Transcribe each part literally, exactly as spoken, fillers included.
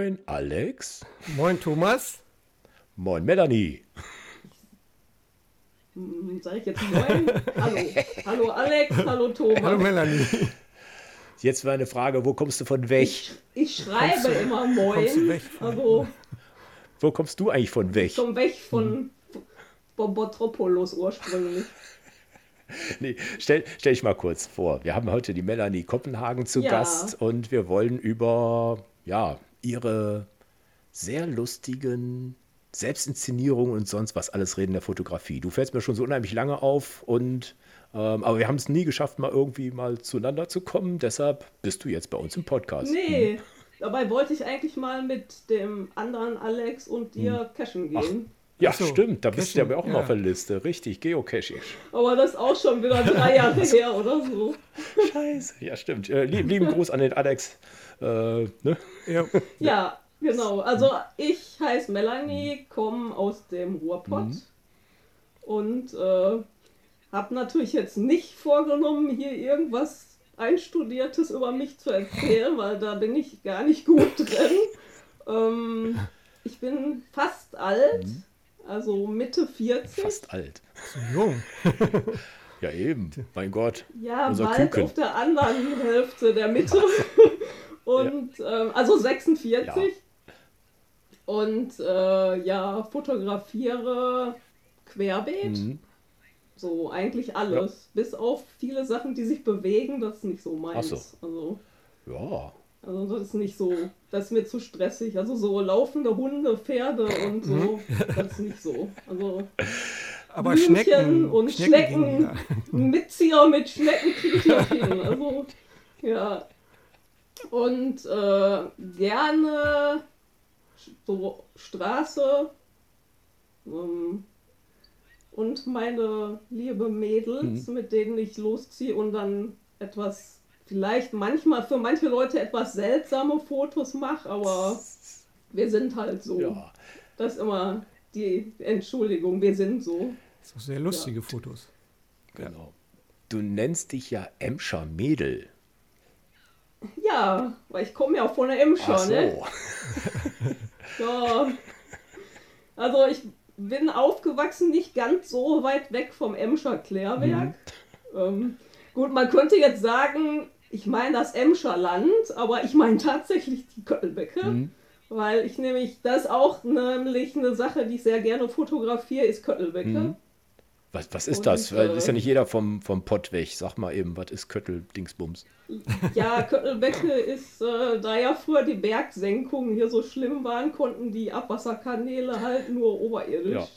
Moin, Alex. Moin, Thomas. Moin, Melanie. Hm, sag ich jetzt Moin? Hallo. Hallo, Alex. Hallo, Thomas. Hallo, Melanie. Jetzt war eine Frage, wo kommst du von weg? Ich, ich schreibe du, immer Moin. Kommst du weg von, also, Wo kommst du eigentlich von weg? ich komme weg von Bobotropoulos ursprünglich. Nee, stell, stell dich mal kurz vor. Wir haben heute die Melanie Koppenhagen zu Ja. Gast und wir wollen über ja, ihre sehr lustigen Selbstinszenierungen und sonst was alles reden der Fotografie. Du fällst mir schon so unheimlich lange auf und ähm, aber wir haben es nie geschafft, mal irgendwie mal zueinander zu kommen. Deshalb bist du jetzt bei uns im Podcast. Nee, dabei wollte ich eigentlich mal mit dem anderen Alex und dir cashen gehen. Ja, Ach so, stimmt, da bist du ja Caching, auch ja. noch auf der Liste. Richtig, Geocaching. Aber das ist auch schon wieder drei Jahre her oder so. Scheiße. Ja, stimmt. Äh, lieb, lieben Gruß an den Alex. Äh, ne? Ja, Ja, genau. Also ich heiße Melanie, komme aus dem Ruhrpott und äh, habe natürlich jetzt nicht vorgenommen, hier irgendwas Einstudiertes über mich zu erzählen, weil da bin ich gar nicht gut drin. Ähm, ich bin fast alt, also Mitte vierzig. Fast alt. so jung. Ja, eben. Mein Gott. Ja, Unser bald Küken. auf der anderen Hälfte der Mitte. Und ähm, also sechsundvierzig. Und äh, ja, fotografiere querbeet. Mhm. So eigentlich alles. Bis auf viele Sachen, die sich bewegen, das ist nicht so meins. Ach so. Also, Ja. also das ist nicht so, das ist mir zu stressig. Also so laufende Hunde, Pferde und so, das ist nicht so. Also Aber Blümchen Schnecken und Schnecken. Schnecken, gehen da. Mitzieher mit Schnecken kriege ich noch hin. Also, ja. Und äh, gerne so Straße ähm, und meine liebe Mädels, mit denen ich losziehe und dann etwas, vielleicht manchmal für manche Leute etwas seltsame Fotos mache, aber wir sind halt so. Ja. Das ist immer die Entschuldigung, wir sind so. So sehr lustige Fotos. Genau. Du nennst dich ja Emscher Mädel. Ja, weil ich komme ja auch von der Emscher, Ach so. ne? Ja. Also ich bin aufgewachsen, nicht ganz so weit weg vom Emscher Klärwerk. Ähm, gut, man könnte jetzt sagen, ich meine das Emscher Land, aber ich meine tatsächlich die Köttelbecke. Mhm. Weil ich nämlich, das ist auch nämlich eine Sache, die ich sehr gerne fotografiere, ist Köttelbecke. Mhm. Was, was ist Und, das? Weil äh, ist ja nicht jeder vom, vom Pott weg. Sag mal eben, was ist Köttel-Dingsbums? Ja, Köttelbecke ist, äh, da ja früher die Bergsenkungen hier so schlimm waren, konnten die Abwasserkanäle halt nur oberirdisch. Ja.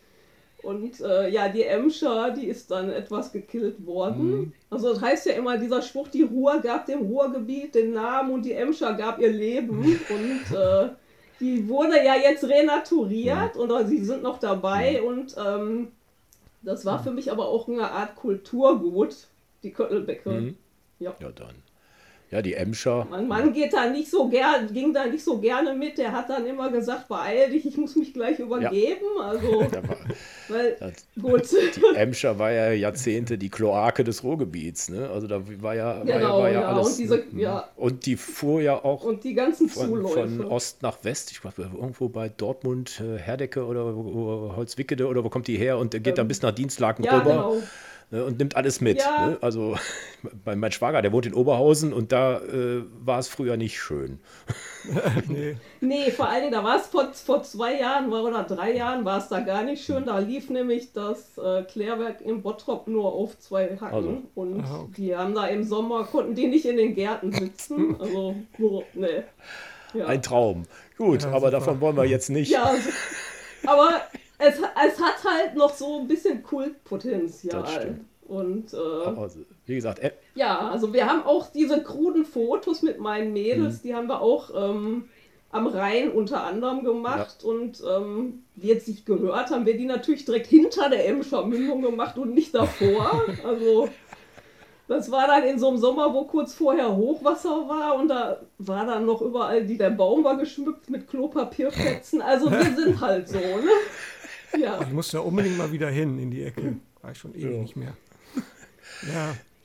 Und äh, ja, die Emscher, die ist dann etwas gekillt worden. Mhm. Also das heißt ja immer, dieser Spruch, die Ruhr gab dem Ruhrgebiet den Namen und die Emscher gab ihr Leben. Und äh, die wurde ja jetzt renaturiert oder sie sind noch dabei und ähm, das war für mich aber auch eine Art Kulturgut, die Köttelbecke. Mhm. Ja. Ja, dann. Ja, die Emscher. Mein Mann geht da nicht so gern, ging da nicht so gerne mit. Der hat dann immer gesagt, beeil dich, ich muss mich gleich übergeben. Also, Da war, weil, das, gut. Emscher war ja Jahrzehnte die Kloake des Ruhrgebiets. Ne? Also da war ja, war ja, Genau, war ja ja, alles. und diese- ne? ja. Und die fuhr ja auch Und die ganzen von, Zuläufe. von Ost nach West. Ich glaube, irgendwo bei Dortmund, äh, Herdecke oder wo- wo- Holzwickede oder wo kommt die her? Und der geht dann Ähm, bis nach Dienstlaken ja, rüber. genau. Ne, und nimmt alles mit. Ja. Ne? Also mein, mein Schwager, der wohnt in Oberhausen und da äh, war es früher nicht schön. Nee. Nee, vor allen Dingen, da war es vor, vor zwei Jahren war, oder drei Jahren, war es da gar nicht schön. Da lief nämlich das äh, Klärwerk in Bottrop nur auf zwei Hacken. Also. Und Aha, okay. die haben da im Sommer, konnten die nicht in den Gärten sitzen. Also, nur, nee. Ja. Ein Traum. Gut, Ja, aber super. davon wollen wir jetzt nicht. Ja, also, aber es, es hat halt noch so ein bisschen Kultpotenzial. Das stimmt. Und äh, Also, wie gesagt, äh, ja, also wir haben auch diese kruden Fotos mit meinen Mädels, die haben wir auch ähm, am Rhein unter anderem gemacht. Und ähm, wie jetzt sich gehört, haben wir die natürlich direkt hinter der Emscher Mündung gemacht und nicht davor. Also das war dann in so einem Sommer, wo kurz vorher Hochwasser war und da war dann noch überall, die, der Baum war geschmückt mit Klopapierfetzen. Also wir sind halt so, ne? Ja. Ich muss da unbedingt mal wieder hin in die Ecke. War ich schon ewig Ja. nicht mehr. Ja,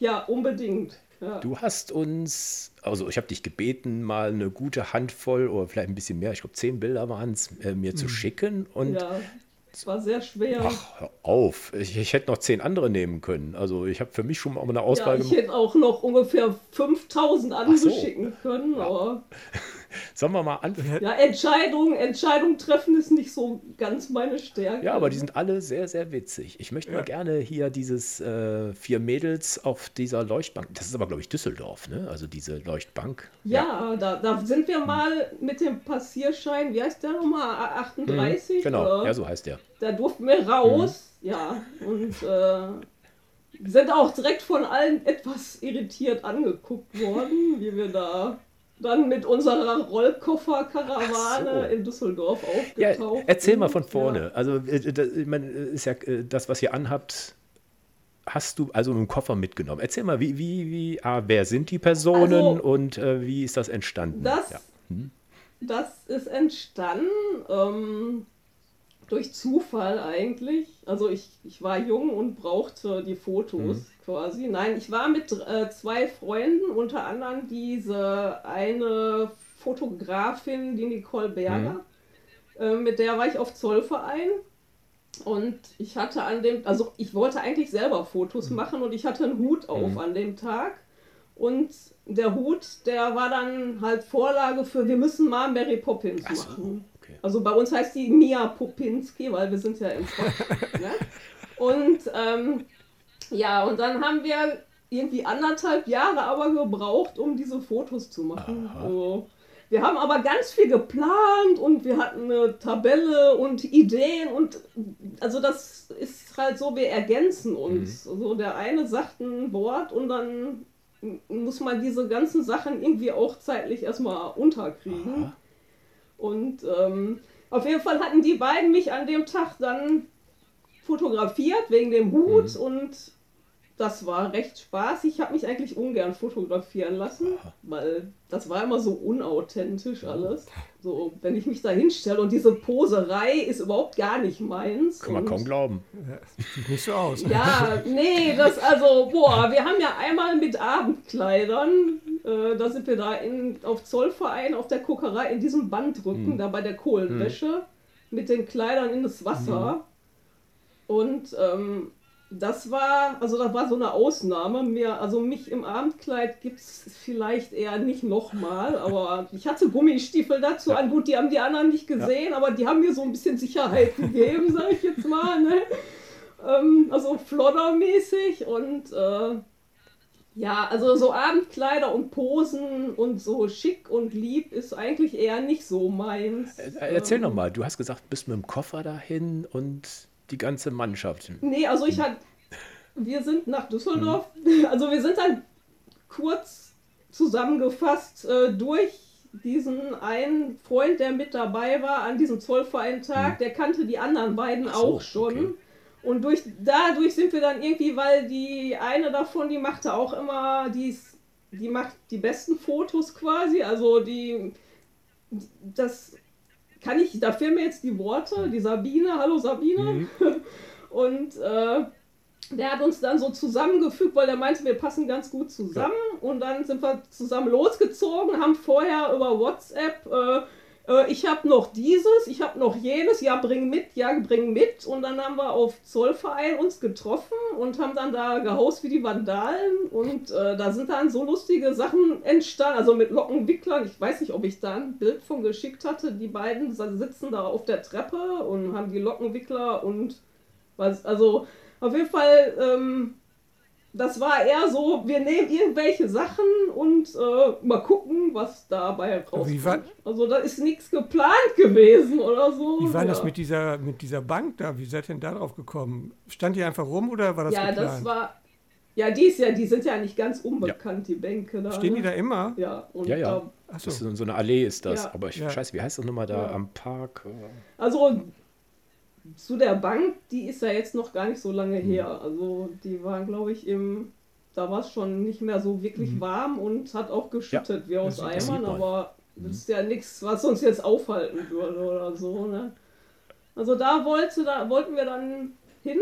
Ja, unbedingt. Ja. Du hast uns, also ich habe dich gebeten, mal eine gute Handvoll oder vielleicht ein bisschen mehr, ich glaube zehn Bilder waren es, äh, mir zu schicken. Und Ja, es war sehr schwer. ach, hör auf, ich, ich hätte noch zehn andere nehmen können. Also ich habe für mich schon mal eine Ja, Auswahl ich gemacht. hätte auch noch ungefähr fünftausend andere so. schicken können, aber Sollen wir mal anfangen? ja, Entscheidung, Entscheidung treffen ist nicht so ganz meine Stärke. Ja, aber die sind alle sehr, sehr witzig. Ich möchte mal gerne hier dieses äh, vier Mädels auf dieser Leuchtbank. Das ist aber, glaube ich, Düsseldorf, ne? Also diese Leuchtbank. Ja, da, da sind wir mal mit dem Passierschein, wie heißt der nochmal, A achtunddreißig? Genau, Oder? ja, so heißt der. Da durften wir raus, ja, und äh, sind auch direkt von allen etwas irritiert angeguckt worden, wie wir da dann mit unserer Rollkoffer-Karawane Ach so. in Düsseldorf Ja, aufgetaucht erzähl mal sind. von vorne. Also, äh, das, ich meine, äh, ist ja äh, das, was ihr anhabt, hast du also im Koffer mitgenommen. Erzähl mal, wie, wie, wie, ah, wer sind die Personen Also, und äh, wie ist das entstanden? Das, Ja. das ist entstanden ähm, durch Zufall eigentlich. Also ich, ich war jung und brauchte die Fotos quasi. Nein, ich war mit äh, zwei Freunden, unter anderem diese eine Fotografin, die Nicole Berger. Äh, mit der war ich auf Zollverein. Und ich hatte an dem, also ich wollte eigentlich selber Fotos machen und ich hatte einen Hut auf an dem Tag. Und der Hut, der war dann halt Vorlage für, wir müssen mal Mary Poppins Ach so, machen. okay. Also bei uns heißt die Mia Popinski, weil wir sind ja in Frankfurt. Ne? Und ähm, ja, und dann haben wir irgendwie anderthalb Jahre aber gebraucht, um diese Fotos zu machen. Also, wir haben aber ganz viel geplant und wir hatten eine Tabelle und Ideen und also das ist halt so, wir ergänzen uns. Also der eine sagt ein Wort und dann muss man diese ganzen Sachen irgendwie auch zeitlich erstmal unterkriegen. Aha. Und ähm, auf jeden Fall hatten die beiden mich an dem Tag dann fotografiert wegen dem Hut und das war recht spaßig. Ich habe mich eigentlich ungern fotografieren lassen, weil das war immer so unauthentisch alles. So, wenn ich mich da hinstelle und diese Poserei ist überhaupt gar nicht meins. Kann man und kaum glauben. Ja, sieht nicht so aus. ja, nee, das also, boah, wir haben ja einmal mit Abendkleidern, äh, da sind wir da in, auf Zollverein, auf der Kokerei, in diesem Bandrücken, da bei der Kohlenwäsche, mit den Kleidern in das Wasser. Und ähm, das war, also das war so eine Ausnahme. Mir, also mich im Abendkleid gibt es vielleicht eher nicht nochmal, aber ich hatte Gummistiefel dazu an. Gut, die haben die anderen nicht gesehen, aber die haben mir so ein bisschen Sicherheit gegeben, sag ich jetzt mal. Ne? Ähm, also floddermäßig und äh, ja, also so Abendkleider und Posen und so schick und lieb ist eigentlich eher nicht so meins. Äh, Erzähl Ähm, noch mal, du hast gesagt, bist mit dem Koffer dahin und die ganze Mannschaft. Nee, also ich hatte, wir sind nach Düsseldorf, also wir sind dann kurz zusammengefasst äh, durch diesen einen Freund, der mit dabei war an diesem Zollvereintag, der kannte die anderen beiden Ach so, auch schon. okay. Und durch, dadurch sind wir dann irgendwie, weil die eine davon, die machte auch immer, die, ist- die macht die besten Fotos quasi, also die, das kann ich, da fehlen mir jetzt die Worte, die Sabine, hallo Sabine. Und äh, der hat uns dann so zusammengefügt, weil der meinte, wir passen ganz gut zusammen. Und dann sind wir zusammen losgezogen, haben vorher über WhatsApp, äh, äh, ich habe noch dieses, ich habe noch jenes, ja bring mit, ja bring mit. Und dann haben wir auf Zollverein uns getroffen und haben dann da gehaust wie die Vandalen. Und äh, da sind dann so lustige Sachen entstanden, also mit Lockenwicklern. Ich weiß nicht, ob ich da ein Bild von geschickt hatte. Die beiden sitzen da auf der Treppe und haben die Lockenwickler und was, also auf jeden Fall, ähm, das war eher so, wir nehmen irgendwelche Sachen und äh, mal gucken, was dabei Wie war- rauskommt. Also da ist nichts geplant gewesen oder so. Wie war ja. das mit dieser, mit dieser Bank da? Wie seid ihr denn da drauf gekommen? Stand die einfach rum oder war das Ja, geplant? das war, ja, die ist ja, die sind ja nicht ganz unbekannt, die Bänke da. Stehen die ne? da immer? Ja, und Ja, ja. da, Achso. Das ist so so eine Allee ist das. Ja. Aber ich Ja. scheiße, wie heißt das nochmal da Ja. am Park? also zu der Bank, die ist ja jetzt noch gar nicht so lange Hm. her. Also die waren, glaube ich, im, da war es schon nicht mehr so wirklich warm und hat auch geschüttet wie aus das sieht- das Eimern, sieht man. aber das ist ja nichts, was uns jetzt aufhalten würde oder so. Ne? Also da wollte, da wollten wir dann hin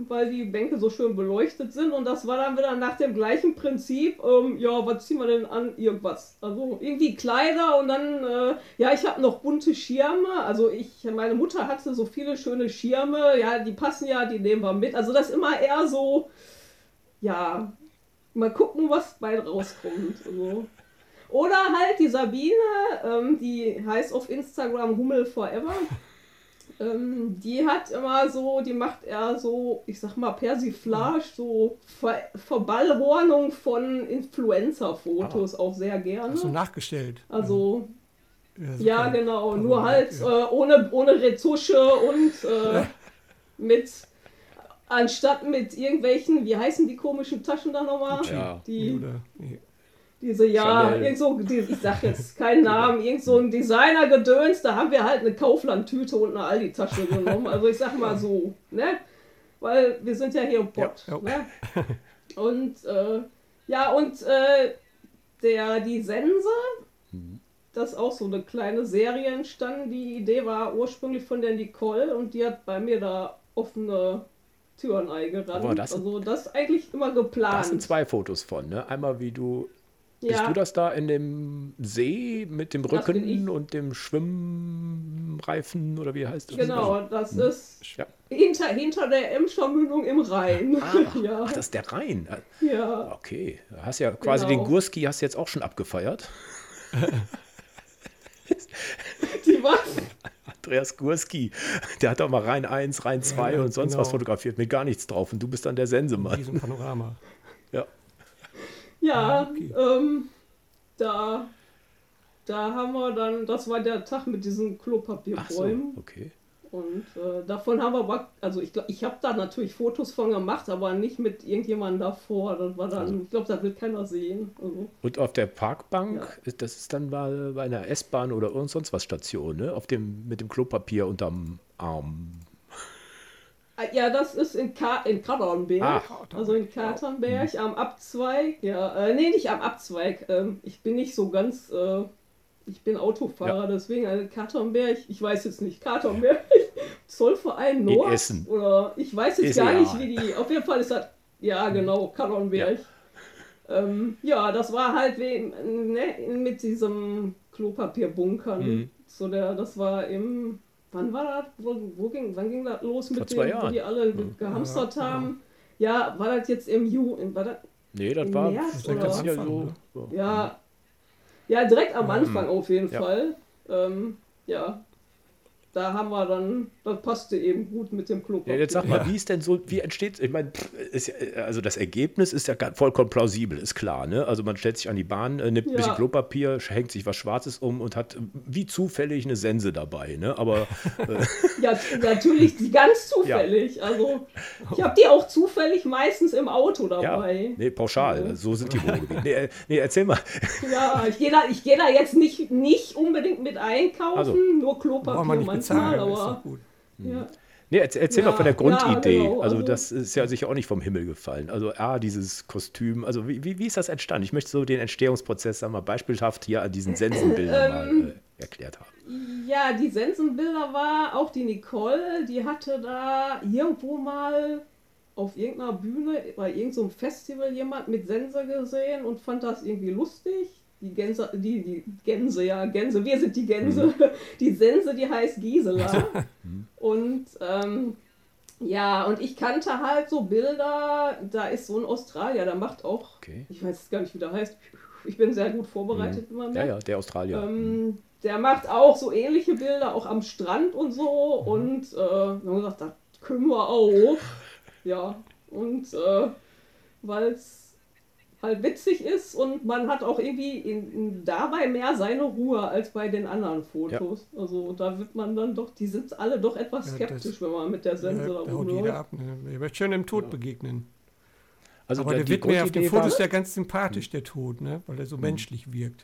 weil die Bänke so schön beleuchtet sind. Und das war dann wieder nach dem gleichen Prinzip, ähm, ja, was ziehen wir denn an? Irgendwas. Also irgendwie Kleider und dann, äh, ja, ich habe noch bunte Schirme. Also ich, meine Mutter hatte so viele schöne Schirme, ja, die passen ja, die nehmen wir mit. Also das ist immer eher so, ja, mal gucken, was bei rauskommt. Also. Oder halt die Sabine, ähm, die heißt auf Instagram Hummel Forever. Ähm, die hat immer so, die macht eher so, ich sag mal Persiflage, so Ver Verballhornung von Influencer-Fotos auch sehr gerne. Hast du nachgestellt? Also, ja, ja genau, Also, nur halt ja. äh, ohne, ohne Retusche und äh, mit, anstatt mit irgendwelchen, wie heißen die komischen Taschen da nochmal? Ja. Die, Oder, nee. Diese, ja, Chanel. irgend so, die, ich sag jetzt keinen Namen, irgend so ein Designer-Gedöns, da haben wir halt eine Kaufland-Tüte und eine Aldi-Tasche genommen. Also ich sag mal so, ne? Weil wir sind ja hier im Pott, Ja, ja. ne? Und, äh, ja, und äh, der, die Sense, das ist auch so eine kleine Serie entstanden. Die Idee war ursprünglich von der Nicole und die hat bei mir da offene Türen eingerannt. Aber das sind- also das ist eigentlich immer Da geplant. sind zwei Fotos von, ne? Einmal wie du, bist ja. du das da in dem See mit dem Das bin Rücken ich. und dem Schwimmreifen oder wie heißt das? Genau, das ist Ja. hinter, hinter der Emscher Mündung im Rhein. Ah, ja. Ach, das ist der Rhein. ja. Okay, du hast ja quasi Genau. den Gurski hast du jetzt auch schon abgefeiert. Die was? Andreas Gurski, der hat doch mal Rhein eins, Rhein zwei ja, und sonst genau. was fotografiert mit gar nichts drauf und du bist dann der Sensemann. Diesem Panorama. Ja. Ja, okay. ähm, da, da haben wir dann, das war der Tag mit diesen Ach so, Klopapierbäumen. okay. Und äh, davon haben wir, aber- also ich glaube, ich habe da natürlich Fotos von gemacht, aber nicht mit irgendjemandem davor. Das war dann, Also. ich glaube, das will keiner sehen. Also, Und auf der Parkbank, Ja. ist- das ist dann bei, bei einer S-Bahn oder irgend sonst was Station, ne? Auf dem, mit dem Klopapier unterm Arm. Ah, ja, das ist in, Ka in Katernberg. Ah. Also in Katernberg am Abzweig. Ja, äh, nee, nicht am Abzweig. Ähm, ich bin nicht so ganz, äh, ich bin Autofahrer, deswegen also Katernberg, ich weiß jetzt nicht, Katernberg, Zollverein Nord. Essen. Oder ich weiß jetzt Ist gar egal. nicht, wie die, auf jeden Fall ist das, ja genau, Katernberg. Ja. Ähm, ja, das war halt we- ne, mit diesem Klopapierbunkern. Mhm. So der, das war im, wann war das? Wo, wo ging, wann ging das los mit Vor zwei dem, wo Jahren. die alle ge- gehamstert haben? Ja, war das jetzt im Juni? War das, Nee, das Im war März das oder? ist ja Anfang, so. ne? so. ja, ja, direkt am Anfang auf jeden Ja. Fall. Ähm, ja, da haben wir dann, das passte eben gut mit dem Ja, Klopapier. jetzt sag mal, Ja. wie ist denn so, wie entsteht, ich meine, pff, ist ja- also das Ergebnis ist ja ga- vollkommen plausibel, ist klar, ne? Also man stellt sich an die Bahn, äh, nimmt ein Ja. bisschen Klopapier, hängt sich was Schwarzes um und hat äh, wie zufällig eine Sense dabei, ne? Aber Ja, t- natürlich, die ganz zufällig. Also, ich habe die auch zufällig meistens im Auto ja, dabei. nee, pauschal, Also. so sind die wohl gewesen. Nee, äh, nee, erzähl mal. Ja, ich gehe da, ich geh da jetzt nicht, nicht unbedingt mit einkaufen, Also. nur Braucht Klopapier man nicht manchmal, bezahlen, ist aber doch gut. ja. Nee, erzähl, erzähl Ja, mal von der ja, Grundidee. genau, also, also- das ist ja sicher auch nicht vom Himmel gefallen. Also A, dieses Kostüm, also wie, wie, wie ist das entstanden? Ich möchte so den Entstehungsprozess sagen wir mal beispielhaft hier an diesen Sensenbildern mal äh, erklärt haben. Ja, die Sensenbilder war auch die Nicole, die hatte da irgendwo mal auf irgendeiner Bühne bei irgendeinem so einem Festival jemand mit Sense gesehen und fand das irgendwie lustig. Die Gänse, die, die Gänse, ja, Gänse, wir sind die Gänse. Die Sense, die heißt Gisela. Und ähm, ja, und ich kannte halt so Bilder, da ist so ein Australier, der macht auch, Okay. ich weiß gar nicht, wie der heißt. Ich bin sehr gut vorbereitet immer Ja, mehr. ja, der Australier. Ähm, der macht auch so ähnliche Bilder, auch am Strand und so. Mhm. Und äh, wir haben gesagt, das können wir auch. Ja, und äh, weil es halt witzig ist und man hat auch irgendwie in, in, dabei mehr seine Ruhe als bei den anderen Fotos. Also da wird man dann doch, die sind alle doch etwas Ja, skeptisch, das- wenn man mit der Sense Ja, da da haut jeder rumläuft. ab. Ne? Er wird schon im Tod begegnen. Also Aber der, der die wird mir auf den Grundidee war, Fotos ja ganz sympathisch, der Tod, ne? Weil er so menschlich wirkt.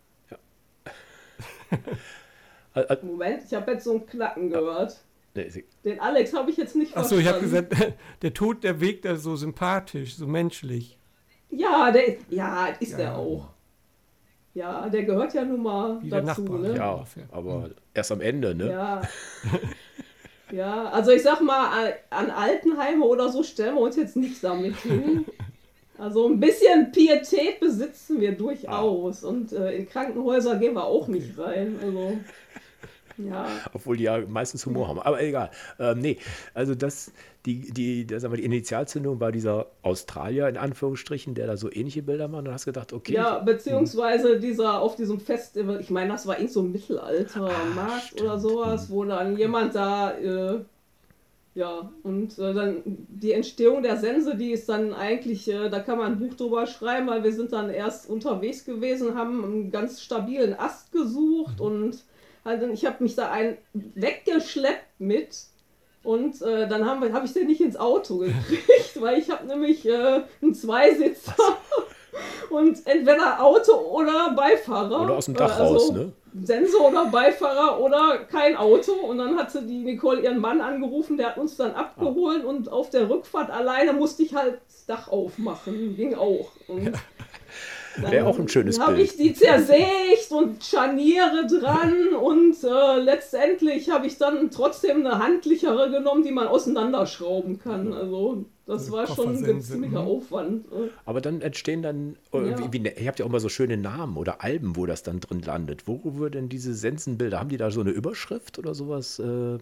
äh, äh, Moment, ich habe jetzt so ein Knacken gehört. nee, sie- Den Alex habe ich jetzt nicht Achso, ich habe verstanden. gesagt, der Tod, der wirkt da so sympathisch, so menschlich. Ja, der ist, ja, ist Ja, der ja. auch. Ja, der gehört ja nun mal Wie der dazu, Nachbar, ne? ja, ungefähr. aber erst am Ende, ne? Ja. Ja, also ich sag mal, an Altenheime oder so stellen wir uns jetzt nicht damit hin. Also ein bisschen Pietät besitzen wir durchaus. Ah. Und äh, in Krankenhäuser gehen wir auch nicht rein. Also, ja. Obwohl die ja meistens Humor haben. Aber egal. Ähm, nee, also das, die, die, das, aber die Initialzündung war dieser Australier, in Anführungsstrichen, der da so ähnliche Bilder macht. Und dann hast du gedacht, okay. Ja, beziehungsweise dieser auf diesem Festival, ich meine, das war irgend so ein Mittelaltermarkt ah, oder sowas, wo dann jemand da. Äh, Ja, und äh, dann die Entstehung der Sense, die ist dann eigentlich, äh, da kann man ein Buch drüber schreiben, weil wir sind dann erst unterwegs gewesen, haben einen ganz stabilen Ast gesucht und also ich habe mich da einen weggeschleppt mit und äh, dann habe hab ich den nicht ins Auto gekriegt, weil ich habe nämlich äh, einen Zweisitzer und entweder Auto oder Beifahrer. Oder aus dem Dach äh, also, raus, ne? Sensor oder Beifahrer oder kein Auto. Und dann hatte die Nicole ihren Mann angerufen, der hat uns dann abgeholt ah. und auf der Rückfahrt alleine musste ich halt das Dach aufmachen. Ging auch. Und wäre auch ein schönes Bild. Dann habe ich die zersägt und Scharniere dran und äh, letztendlich habe ich dann trotzdem eine handlichere genommen, die man auseinanderschrauben kann. Also das war schon ein ziemlicher Aufwand. Aber dann entstehen dann, ja. wie, wie, ihr habt ja auch mal so schöne Namen oder Alben, wo das dann drin landet. Worüber denn diese Sensenbilder? Haben die da so eine Überschrift oder sowas? Äh,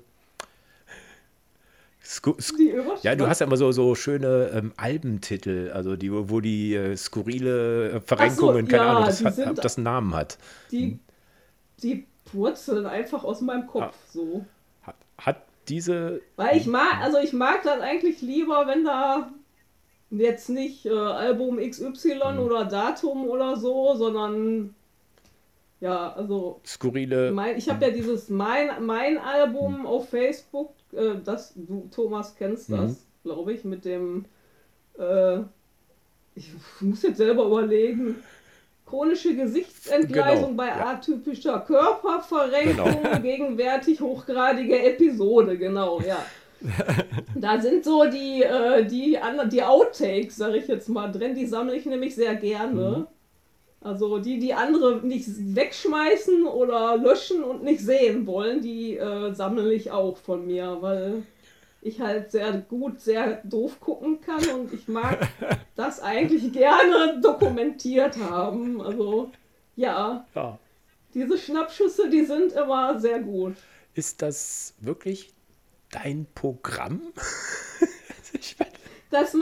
Sku die ja, du hast ja immer so, so schöne ähm, Albentitel, also die, wo die äh, skurrile äh, Verrenkungen, so, keine ja, Ahnung, das, hat, sind, das einen Namen hat. Die, die purzeln einfach aus meinem Kopf ha, so. Hat, hat diese... Weil ich mag, also ich mag das eigentlich lieber, wenn da jetzt nicht äh, Album X Y hm. oder Datum oder so, sondern... Ja, also skurrile. Mein, ich habe ja dieses mein, mein Album hm. auf Facebook, äh, das du Thomas kennst das, mhm. glaube ich, mit dem äh, ich muss jetzt selber überlegen, chronische Gesichtsentgleisung genau. bei ja. atypischer Körperverrenkung, genau. gegenwärtig hochgradige Episode, genau, ja. Da sind so die äh, die die Outtakes, sage ich jetzt mal, drin, die sammle ich nämlich sehr gerne. Mhm. Also die, die andere nicht wegschmeißen oder löschen und nicht sehen wollen, die äh, sammle ich auch von mir, weil ich halt sehr gut, sehr doof gucken kann und ich mag das eigentlich gerne dokumentiert haben. Also ja, ja. Diese Schnappschüsse, die sind immer sehr gut. Ist das wirklich dein Programm? ich meine... Das,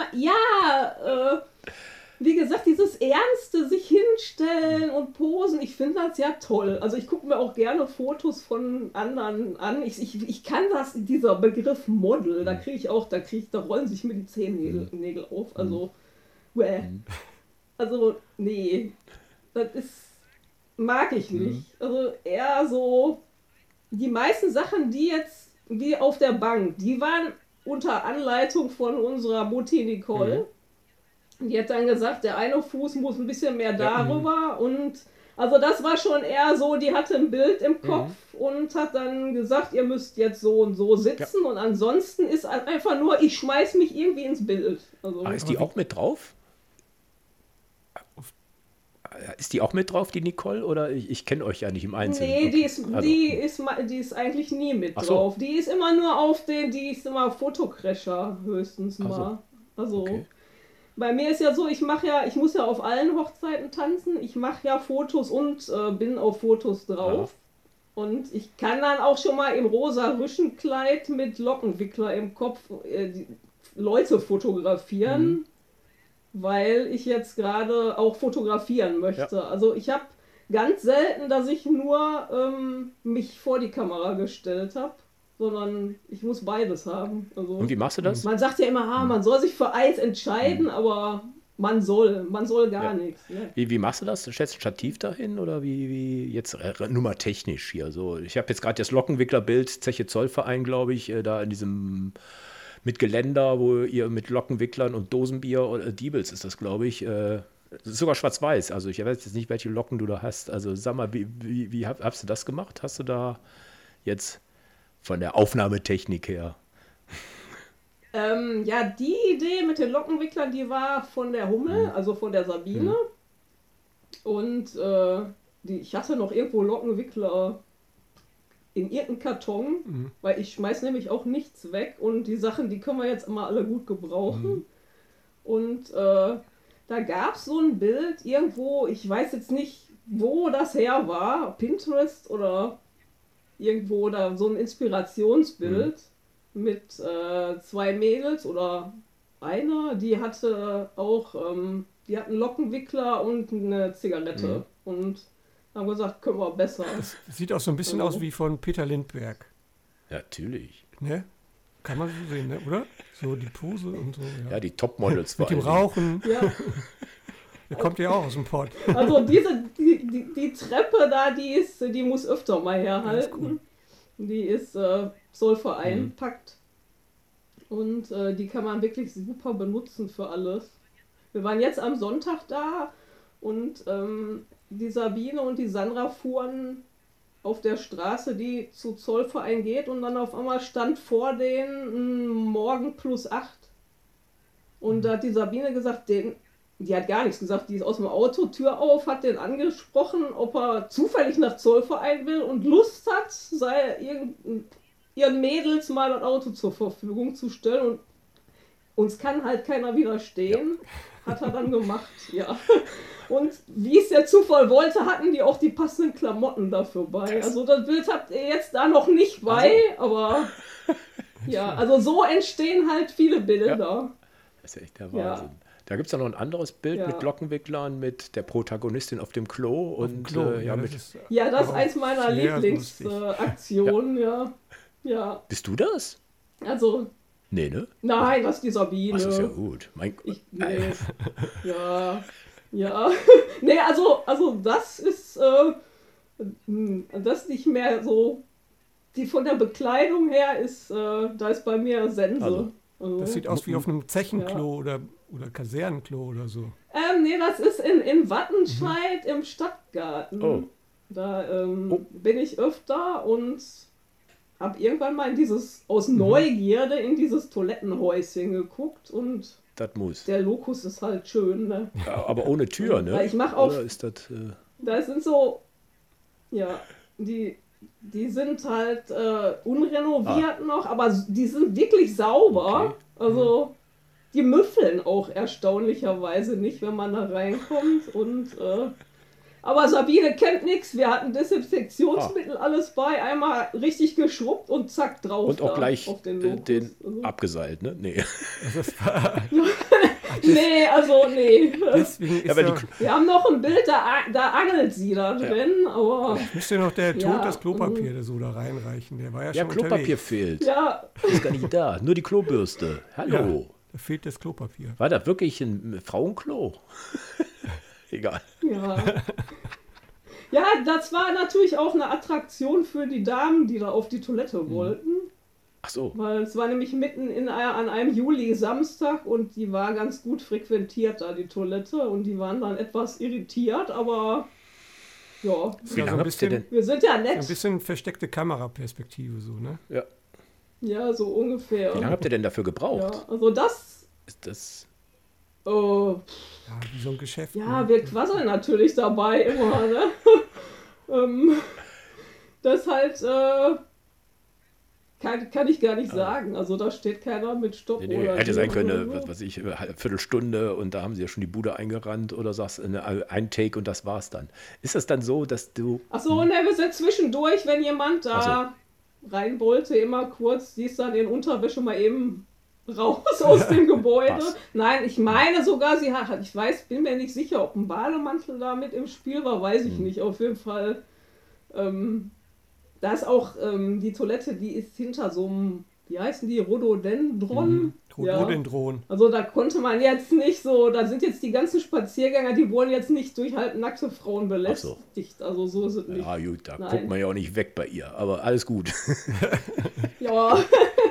ja, äh, wie gesagt, dieses Ernste, sich hinstellen und posen, ich finde das ja toll. Also ich gucke mir auch gerne Fotos von anderen an. Ich, ich, ich kann das, dieser Begriff Model, da kriege ich auch, da kriege ich, da rollen sich mir die Zehennägel Nägel auf. Also, wäh. Also, nee. Das ist, mag ich nicht. Also eher so, die meisten Sachen, die jetzt, wie auf der Bank, die waren unter Anleitung von unserer Mutti Nicole. Mhm. Die hat dann gesagt, der eine Fuß muss ein bisschen mehr darüber. Ja, und also das war schon eher so, die hatte ein Bild im Kopf mhm. und hat dann gesagt, ihr müsst jetzt so und so sitzen. Ja. Und ansonsten ist einfach nur, ich schmeiß mich irgendwie ins Bild. Also, ah, ist die auch mit drauf? Ist die auch mit drauf, die Nicole? Oder ich, ich kenne euch ja nicht im Einzelnen. Nee, die ist, also. die, ist, die ist eigentlich nie mit Ach drauf. So. Die ist immer nur auf den, die ist immer Fotocrasher höchstens mal. So. Also okay. Bei mir ist ja so, ich mache ja, ich muss ja auf allen Hochzeiten tanzen. Ich mache ja Fotos und äh, bin auf Fotos drauf. Ja. Und ich kann dann auch schon mal im rosa Rüschenkleid mit Lockenwickler im Kopf äh, die Leute fotografieren. Mhm. Weil ich jetzt gerade auch fotografieren möchte. Ja. Also ich habe ganz selten, dass ich nur ähm, mich vor die Kamera gestellt habe, sondern ich muss beides haben. Also, und wie machst du das? Man sagt ja immer, ah, man soll sich für eins entscheiden, mhm. aber man soll, man soll gar ja. nichts. Ne? Wie, wie machst du das? Du stellst ein Stativ dahin oder wie, wie jetzt äh, nur mal technisch hier? So, ich habe jetzt gerade das Lockenwicklerbild, Zeche Zollverein, glaube ich, äh, da in diesem... mit Geländer, wo ihr mit Lockenwicklern und Dosenbier oder Diebels ist das, glaube ich. Äh, das ist sogar schwarz-weiß. Also ich weiß jetzt nicht, welche Locken du da hast. Also sag mal, wie, wie, wie hab, hast du das gemacht? Hast du da jetzt von der Aufnahmetechnik her? Ähm, ja, die Idee mit den Lockenwicklern, die war von der Hummel, mhm. also von der Sabine. Mhm. Und äh, die, ich hatte noch irgendwo Lockenwickler in irgendeinen Karton, Mhm. weil ich schmeiß nämlich auch nichts weg und die Sachen, die können wir jetzt immer alle gut gebrauchen. Mhm. Und äh, da gab es so ein Bild irgendwo, ich weiß jetzt nicht, wo das her war, Pinterest oder irgendwo, oder so ein Inspirationsbild mit äh, zwei Mädels oder einer, die hatte auch, ähm, die hat einen Lockenwickler und eine Zigarette. Und haben gesagt, können wir besser. Das sieht auch so ein bisschen Also- aus wie von Peter Lindbergh. Natürlich. Ne? Kann man so sehen, ne? Oder? So die Pose und so. Ja. Ja, die Topmodels vor Mit dem allen Rauchen. Ja, Der kommt ja auch aus dem Pott. also diese, die, die, die Treppe da, die ist, die muss öfter mal Ja, ist herhalten. cool. Die ist äh, zollvereinpackt. Und äh, die kann man wirklich super benutzen für alles. Wir waren jetzt am Sonntag da und ähm, die Sabine und die Sandra fuhren auf der Straße, die zu Zollverein geht, und dann auf einmal stand vor denen ein Morgen plus acht. Und da hat die Sabine gesagt, den, die hat gar nichts gesagt, die ist aus dem Auto, Tür auf, hat den angesprochen, ob er zufällig nach Zollverein will und Lust hat, sei irgendein, ihren Mädels mal das Auto zur Verfügung zu stellen, und uns kann halt keiner widerstehen. Hat er dann gemacht, ja. Und wie es der Zufall wollte, hatten die auch die passenden Klamotten dafür bei. Also das Bild habt ihr jetzt da noch nicht bei, aber ja, also so entstehen halt viele Bilder. Das ist echt der Ja. Wahnsinn. Da gibt es noch ein anderes Bild Ja. mit Lockenwicklern, mit der Protagonistin auf dem Klo Auf dem und Klo, äh, ja, mit. das ist, Ja, das ist aber eins meiner sehr lustig. Lieblingsaktionen, ja. Ja, Bist du das? also, Nee, ne? nein, das ist die Sabine. Ach, das ist ja gut. Mein, Ich, nee. Ja, ja. Nee, also, also das ist, äh, hm, das ist nicht mehr so, die von der Bekleidung her ist, äh, da ist bei mir Sense. Also, Also, Das sieht aus wie auf einem Zechenklo oder, oder Kasernenklo oder so. ähm, nee, das ist in, in Wattenscheid im Stadtgarten. Oh. Da ähm, Oh. bin ich öfter und habe irgendwann mal in dieses, aus Neugierde in dieses Toilettenhäuschen geguckt, und das muss. der Lokus ist halt schön, ne? Ja, aber ohne Tür, ne? Weil ich mach auf- Oder ist das. Äh, Da sind so, ja, die, die sind halt äh, unrenoviert noch, aber die sind wirklich sauber. Okay. Also die müffeln auch erstaunlicherweise nicht, wenn man da reinkommt. Und äh, aber Sabine kennt nichts. Wir hatten Desinfektionsmittel, alles bei, einmal richtig geschrubbt und zack drauf. und auch da gleich auf den äh, Lokus. den Also, abgeseilt, ne? Nee. nee, also nee. Deswegen ist Ja, weil ja, die, Wir haben noch ein Bild, da, da angelt sie da drin, aber müsste noch der Tod Ja, das Klopapier der so da reinreichen. Der war ja, ja, schon Klopapier unterwegs. fehlt. ja, Ist gar nicht da. Nur die Klobürste. Hallo. Da fehlt das Klopapier. War das wirklich ein Frauenklo? Egal. ja. Ja, das war natürlich auch eine Attraktion für die Damen, die da auf die Toilette wollten. Ach so. Weil es war nämlich mitten in, einer- an einem Juli-Samstag und die war ganz gut frequentiert da, die Toilette. Und die waren dann etwas irritiert, aber ja, Ist Wie ja so lange ein habt ihr bisschen, denn? wir sind ja so ein nett. bisschen versteckte Kameraperspektive so, ne? Ja. Ja, so ungefähr. Wie lange habt ihr denn dafür gebraucht? Ja, also das, Ist das. äh, Ja, wie so ein Geschäft. ja, ne? wir quasseln natürlich dabei immer, ne? ähm, das halt, äh, kann, kann ich gar nicht sagen. Also da steht keiner mit Stopp Nee, nee, oder hätte sein so können, oder was so. weiß ich, eine Viertelstunde und da haben sie ja schon die Bude eingerannt oder sagst eine, ein Take und das war's dann. Ist das dann so, dass du. Achso, ne, wir sind zwischendurch, wenn jemand da rein wollte, immer kurz, die ist dann in Unterwäsche mal eben raus aus dem Gebäude. Was? Nein, ich meine sogar, sie hat, ich weiß, bin mir nicht sicher, ob ein Bademantel da mit im Spiel war, weiß ich Hm. nicht. Auf jeden Fall, ähm, da ist auch ähm, die Toilette, die ist hinter so einem, wie heißen die, Rhododendron? Mhm. Rhododendron. Also da konnte man jetzt nicht so, da sind jetzt die ganzen Spaziergänger, die wurden jetzt nicht durch halbnackte Frauen belästigt. Also so ist es nicht. Ja, gut, da Nein. guckt man ja auch nicht weg bei ihr, aber alles gut. Ja,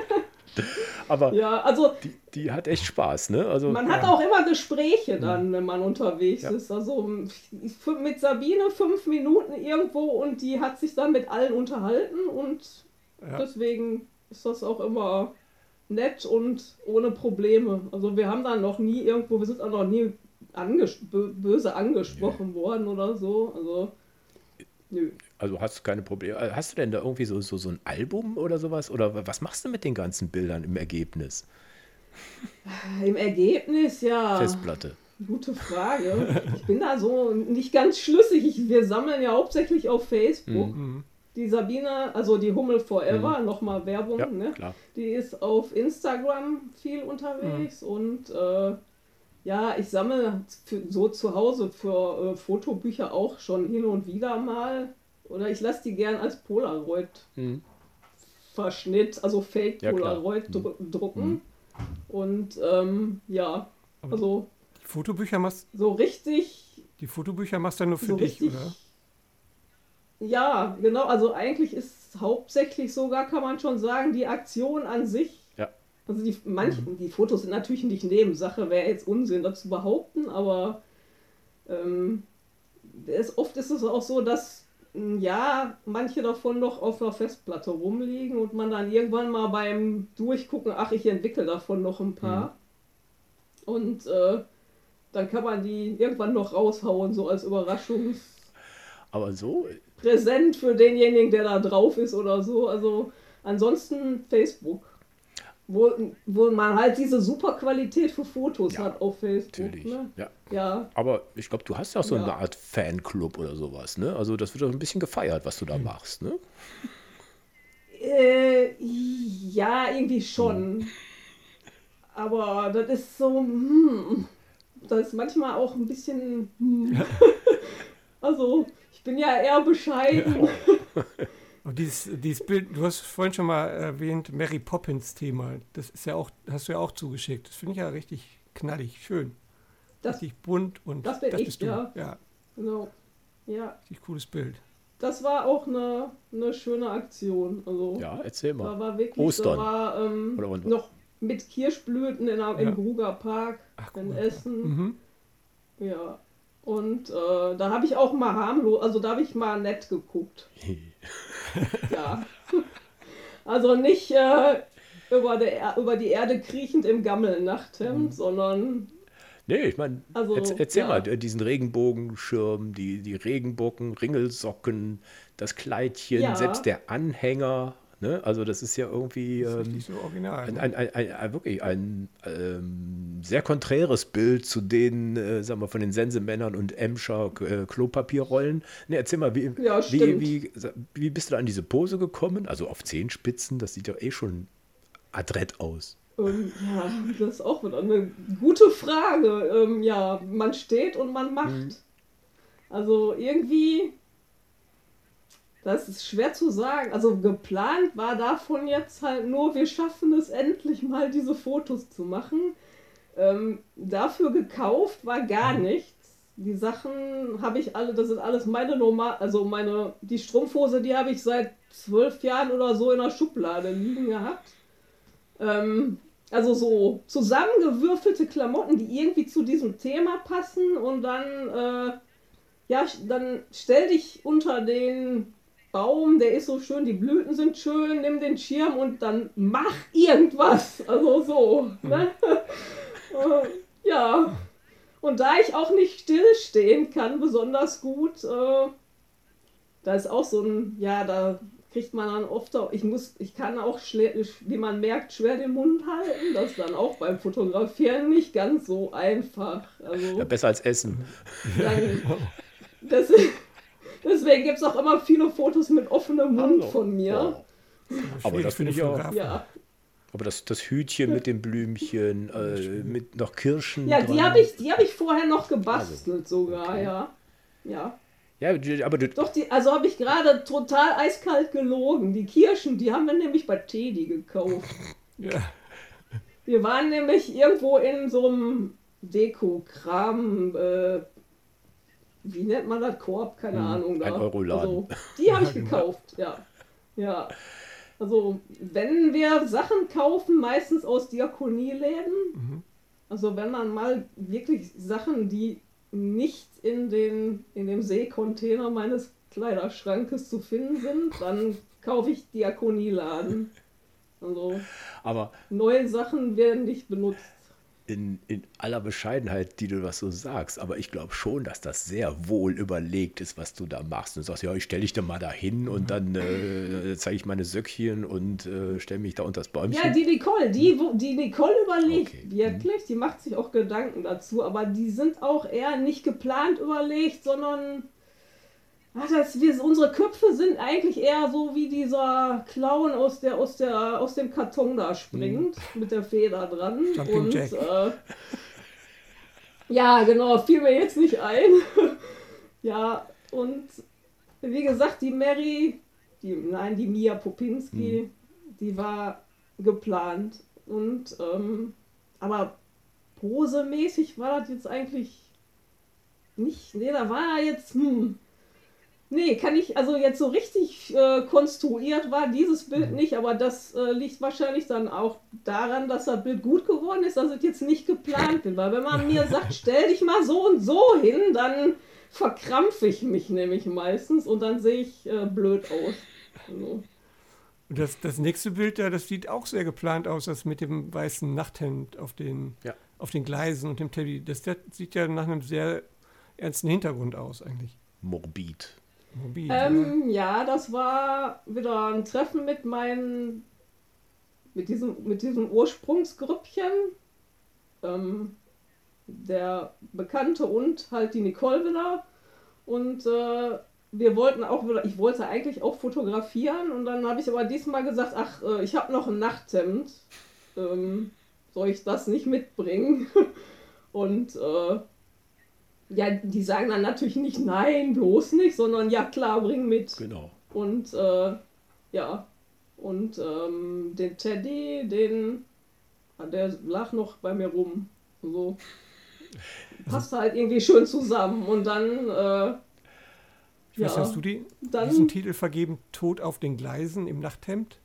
Aber ja, also die, die hat echt Spaß, ne? Also, man hat ja. auch immer Gespräche dann, wenn man unterwegs Ja. ist. Also ich- mit Sabine fünf Minuten irgendwo und die hat sich dann mit allen unterhalten und Ja. deswegen ist das auch immer nett und ohne Probleme. Also wir haben dann noch nie irgendwo, wir sind auch noch nie anges bö- böse angesprochen worden oder so. Also nö. Also hast du keine Probleme. äh, Hast du denn da irgendwie so, so, so ein Album oder sowas? Oder wa- was machst du mit den ganzen Bildern im Ergebnis? Im Ergebnis, ja, Festplatte. gute Frage. Ich bin da so nicht ganz schlüssig. Ich, wir sammeln ja hauptsächlich auf Facebook. Mhm. Die Sabine, also die Hummel Forever, nochmal Werbung, Ja, ne? klar. Die ist auf Instagram viel unterwegs und äh, ja, ich sammle für, so zu Hause für äh, Fotobücher auch schon hin und wieder mal. Oder ich lasse die gern als Polaroid-Verschnitt, Mhm. also Ja, klar. Fake-Polaroid Mhm. dru drucken. Mhm. Und ähm, ja, Aber also die Fotobücher machst, so richtig, die Fotobücher machst du nur für so dich, richtig, oder? ja, genau, also eigentlich ist hauptsächlich sogar, kann man schon sagen, die Aktion an sich. Ja. Also die, manche, die Fotos sind natürlich nicht Nebensache, wäre jetzt Unsinn, das zu behaupten, aber ähm, es, oft ist es auch so, dass m, ja, manche davon noch auf der Festplatte rumliegen und man dann irgendwann mal beim Durchgucken, ach, ich entwickle davon noch ein paar. Und äh, dann kann man die irgendwann noch raushauen, so als Überraschungspräsent Aber so, für denjenigen, der da drauf ist oder so. Also ansonsten Facebook. Wo, wo man halt diese super Qualität für Fotos ja, hat auf Facebook. natürlich. Ne? Ja. Ja, Aber ich glaube, du hast ja auch so eine ja. Art Fanclub oder sowas, ne? Also das wird doch ein bisschen gefeiert, was du da machst, ne? Äh, ja, irgendwie schon. Aber das ist so, hm, das ist manchmal auch ein bisschen, hm. Also, ich bin ja eher bescheiden. Und dieses, dieses Bild, du hast vorhin schon mal erwähnt, Mary Poppins Thema. Das ist ja auch, hast du ja auch zugeschickt. Das finde ich ja richtig knallig, schön. Das, Richtig bunt und das bin ich, bist du. ja. Ja, Genau. Ja, richtig cooles Bild. das war auch eine, eine schöne Aktion. Also, Ja, erzähl da mal. war wirklich, Ostern. da war ähm, Oder wann- noch mit Kirschblüten in, der- Ja. im Gruger Park Ach, in cool. Essen. Mhm. Ja. Und äh, da habe ich auch mal harmlos, also da habe ich mal nett geguckt. Ja. Also nicht äh, über, der, Er- über die Erde kriechend im Gammelnachthemd, sondern Nee, ich meine, Also, erzähl ja. mal, äh, diesen Regenbogenschirm, die, die Regenbogen, Ringelsocken, das Kleidchen, Ja. selbst der Anhänger, ne? Also das ist ja irgendwie Das ist ähm, richtig so original. ein, Ne? ein, ein, ein, ein, wirklich ein ähm, sehr konträres Bild zu den, äh, sagen wir, von den Sensemännern und Emscher äh, Klopapierrollen. Ne, erzähl mal, wie, Ja, wie, stimmt. wie, wie bist du da an diese Pose gekommen? Also auf Zehenspitzen, das sieht doch eh schon adrett aus. Ähm, ja, das ist auch wieder eine gute Frage. Ähm, ja, man steht und man macht. Also irgendwie, das ist schwer zu sagen. Also geplant war davon jetzt halt nur, wir schaffen es endlich mal, diese Fotos zu machen. Ähm, dafür gekauft war gar nichts. Die Sachen habe ich alle, das ist alles meine normal, also meine, die Strumpfhose, die habe ich seit zwölf Jahren oder so in der Schublade liegen gehabt. Ähm, also so zusammengewürfelte Klamotten, die irgendwie zu diesem Thema passen und dann, äh, ja, dann stell dich unter den Baum, der ist so schön, die Blüten sind schön, nimm den Schirm und dann mach irgendwas. Also so, ne? äh, ja. Und da ich auch nicht stillstehen kann, besonders gut, äh, da ist auch so ein, ja, da kriegt man dann oft auch, ich muss, ich kann auch, schle- wie man merkt, schwer den Mund halten. Das ist dann auch beim Fotografieren nicht ganz so einfach. Also Ja, besser als Essen. dann, deswegen deswegen gibt es auch immer viele Fotos mit offenem Mund Hallo. von mir. Oh. Aber Schwierig das für finde den ich auch. Fotografen. Ja, Aber das, das Hütchen mit den Blümchen, äh, mit noch Kirschen ja, dran. die habe ich, die hab ich vorher noch gebastelt sogar, okay. ja. Ja. Ja, die- aber du, Doch, die, also habe ich gerade total eiskalt gelogen. Die Kirschen, die haben wir nämlich bei Teddy gekauft. Ja. Wir waren nämlich irgendwo in so einem Deko-Kram, äh, wie nennt man das? Korb? Keine Hm, Ahnung. Da. ein Euroladen. Also, die habe ich Ja, genau. gekauft, ja. Ja. Also, wenn wir Sachen kaufen, meistens aus Diakonieläden, Mhm. also wenn man mal wirklich Sachen, die nicht in, den, in dem Seekontainer meines Kleiderschrankes zu finden sind, dann kaufe ich Diakonieladen. Also aber neue Sachen werden nicht benutzt. in, in aller Bescheidenheit, die du was so sagst, aber ich glaube schon, dass das sehr wohl überlegt ist, was du da machst. Und du sagst, ja, ich stelle dich da mal da hin und dann äh, zeige ich meine Söckchen und äh, stelle mich da unter das Bäumchen. Ja, die Nicole, die, wo- die Nicole überlegt Okay. wirklich, die macht sich auch Gedanken dazu, aber die sind auch eher nicht geplant überlegt, sondern ach, das, wir, unsere Köpfe sind eigentlich eher so wie dieser Clown aus, der, aus, der, aus dem Karton da springt, mit der Feder dran. Jumping und Jack. Äh, ja, genau, fiel mir jetzt nicht ein. Ja, und wie gesagt, die Mary, die, nein, die Mia Popinski, die war geplant. Und, ähm, aber posemäßig war das jetzt eigentlich nicht, nee, da war jetzt, hm, nee, kann ich, also jetzt so richtig äh, konstruiert war dieses Bild nicht, aber das äh, liegt wahrscheinlich dann auch daran, dass das Bild gut geworden ist, dass es jetzt nicht geplant wird. Weil wenn man mir sagt, stell dich mal so und so hin, dann verkrampfe ich mich nämlich meistens und dann sehe ich äh, blöd aus. Also, Und das, das nächste Bild da, das sieht auch sehr geplant aus, das mit dem weißen Nachthemd auf den, Ja. auf den Gleisen und dem Teddy. Das, das sieht ja nach einem sehr ernsten Hintergrund aus eigentlich. Morbid. Mobil, ähm, ja, das war wieder ein Treffen mit meinen, mit diesem, mit diesem Ursprungsgrüppchen. Ähm, der Bekannte und halt die Nicole wieder. Und äh, wir wollten auch wieder, ich wollte eigentlich auch fotografieren und dann habe ich aber diesmal gesagt, ach, äh, ich habe noch ein Nachthemd. Ähm, soll ich das nicht mitbringen? Und äh, ja, die sagen dann natürlich nicht, nein, bloß nicht, sondern ja klar, bring mit. Genau. Und äh, ja, und ähm, den Teddy, den, der lag noch bei mir rum. So. Passt halt irgendwie schön zusammen. Und dann, äh, Ich weiß, ja, hast du die, dann, diesen Titel vergeben, Tod auf den Gleisen im Nachthemd?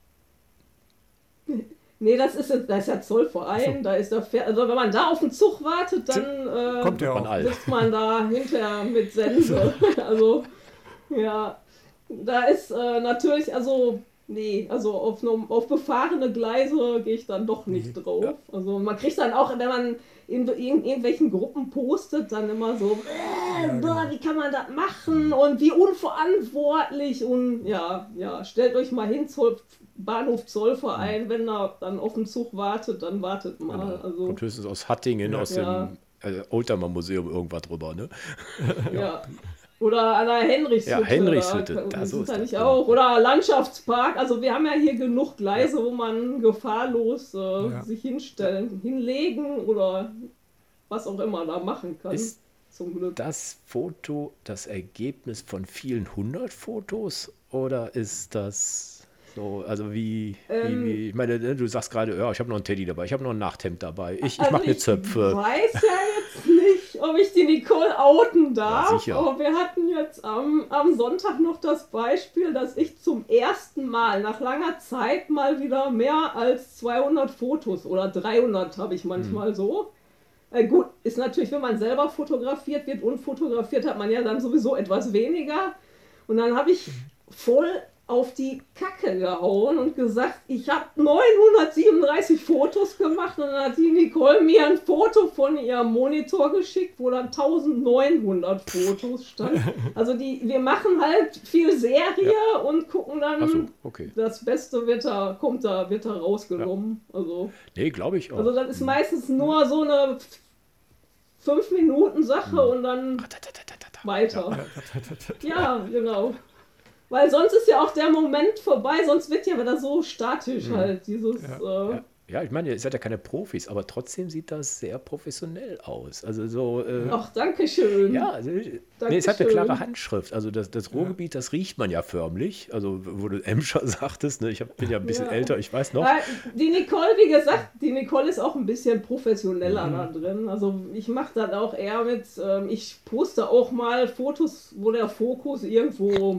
nee, das ist, das ist ja Zollverein, da ist der Pferd, also wenn man da auf den Zug wartet, dann äh, Kommt der Man auch. alt. sitzt man da hinterher mit Sense. Also, ja, da ist äh, natürlich, also, nee, also auf, nur- auf befahrene Gleise gehe ich dann doch nicht drauf. Ja. Also man kriegt dann auch, wenn man in, in irgendwelchen Gruppen postet, dann immer so, äh, boah, wie kann man das machen und wie unverantwortlich und ja, ja, stellt euch mal hin, Zoll, Bahnhof Zollverein, wenn er dann auf den Zug wartet, dann wartet mal. Genau. Also, Kommt höchstens aus Hattingen, Ja. aus Ja. dem äh, Oldtimer-Museum irgendwas drüber, ne? ja. Oder an der Henrichshütte. Ja, Henrichshütte, da, da da so sind ist da das, nicht ja. auch. Oder Landschaftspark. Also wir haben ja hier genug Gleise, wo man gefahrlos äh, Ja. sich hinstellen, hinlegen oder was auch immer da machen kann. Ist Zum Glück. das Foto das Ergebnis von vielen hundert Fotos oder ist das so, also wie, Ähm, wie, wie ich meine, ne, du sagst gerade, ja, ich habe noch einen Teddy dabei, ich habe noch ein Nachthemd dabei, ich, ich Also mache mir Ich Zöpfe. weiß ja jetzt nicht, ob ich die Nicole outen darf, Ja, sicher. aber wir hatten jetzt am, am Sonntag noch das Beispiel, dass ich zum ersten Mal nach langer Zeit mal wieder mehr als zweihundert Fotos oder dreihundert habe ich manchmal Hm. so. Äh, gut, ist natürlich, wenn man selber fotografiert wird und fotografiert hat man ja dann sowieso etwas weniger. Und dann habe ich voll auf die Kacke gehauen und gesagt, ich habe neunhundertsiebenunddreißig Fotos gemacht und dann hat die Nicole mir ein Foto von ihrem Monitor geschickt, wo dann eintausendneunhundert Fotos standen. Also die, wir machen halt viel Serie und gucken dann, Ach so, okay. das Beste wird da, kommt da, wird da rausgenommen. Also, Nee, glaube ich auch. also das ist meistens nur so eine fünf Minuten Sache und dann Ratatatatata. weiter. Ja, genau. Weil sonst ist ja auch der Moment vorbei, sonst wird ja wieder so statisch halt, dieses, Ja. äh, Ja, ja, ich meine, ihr seid ja keine Profis, aber trotzdem sieht das sehr professionell aus. Also so, äh, ach, danke schön. ja, also, nee, es hat eine Dankeschön. klare Handschrift. Also das, das Ruhrgebiet, das riecht man ja förmlich. Also wo du Emscher sagtest, ne, ich hab, bin ja ein bisschen Ja. älter, ich weiß noch. Weil die Nicole, wie gesagt, die Nicole ist auch ein bisschen professioneller Mhm. da drin. Also ich mache das auch eher mit, ähm, ich poste auch mal Fotos, wo der Fokus irgendwo,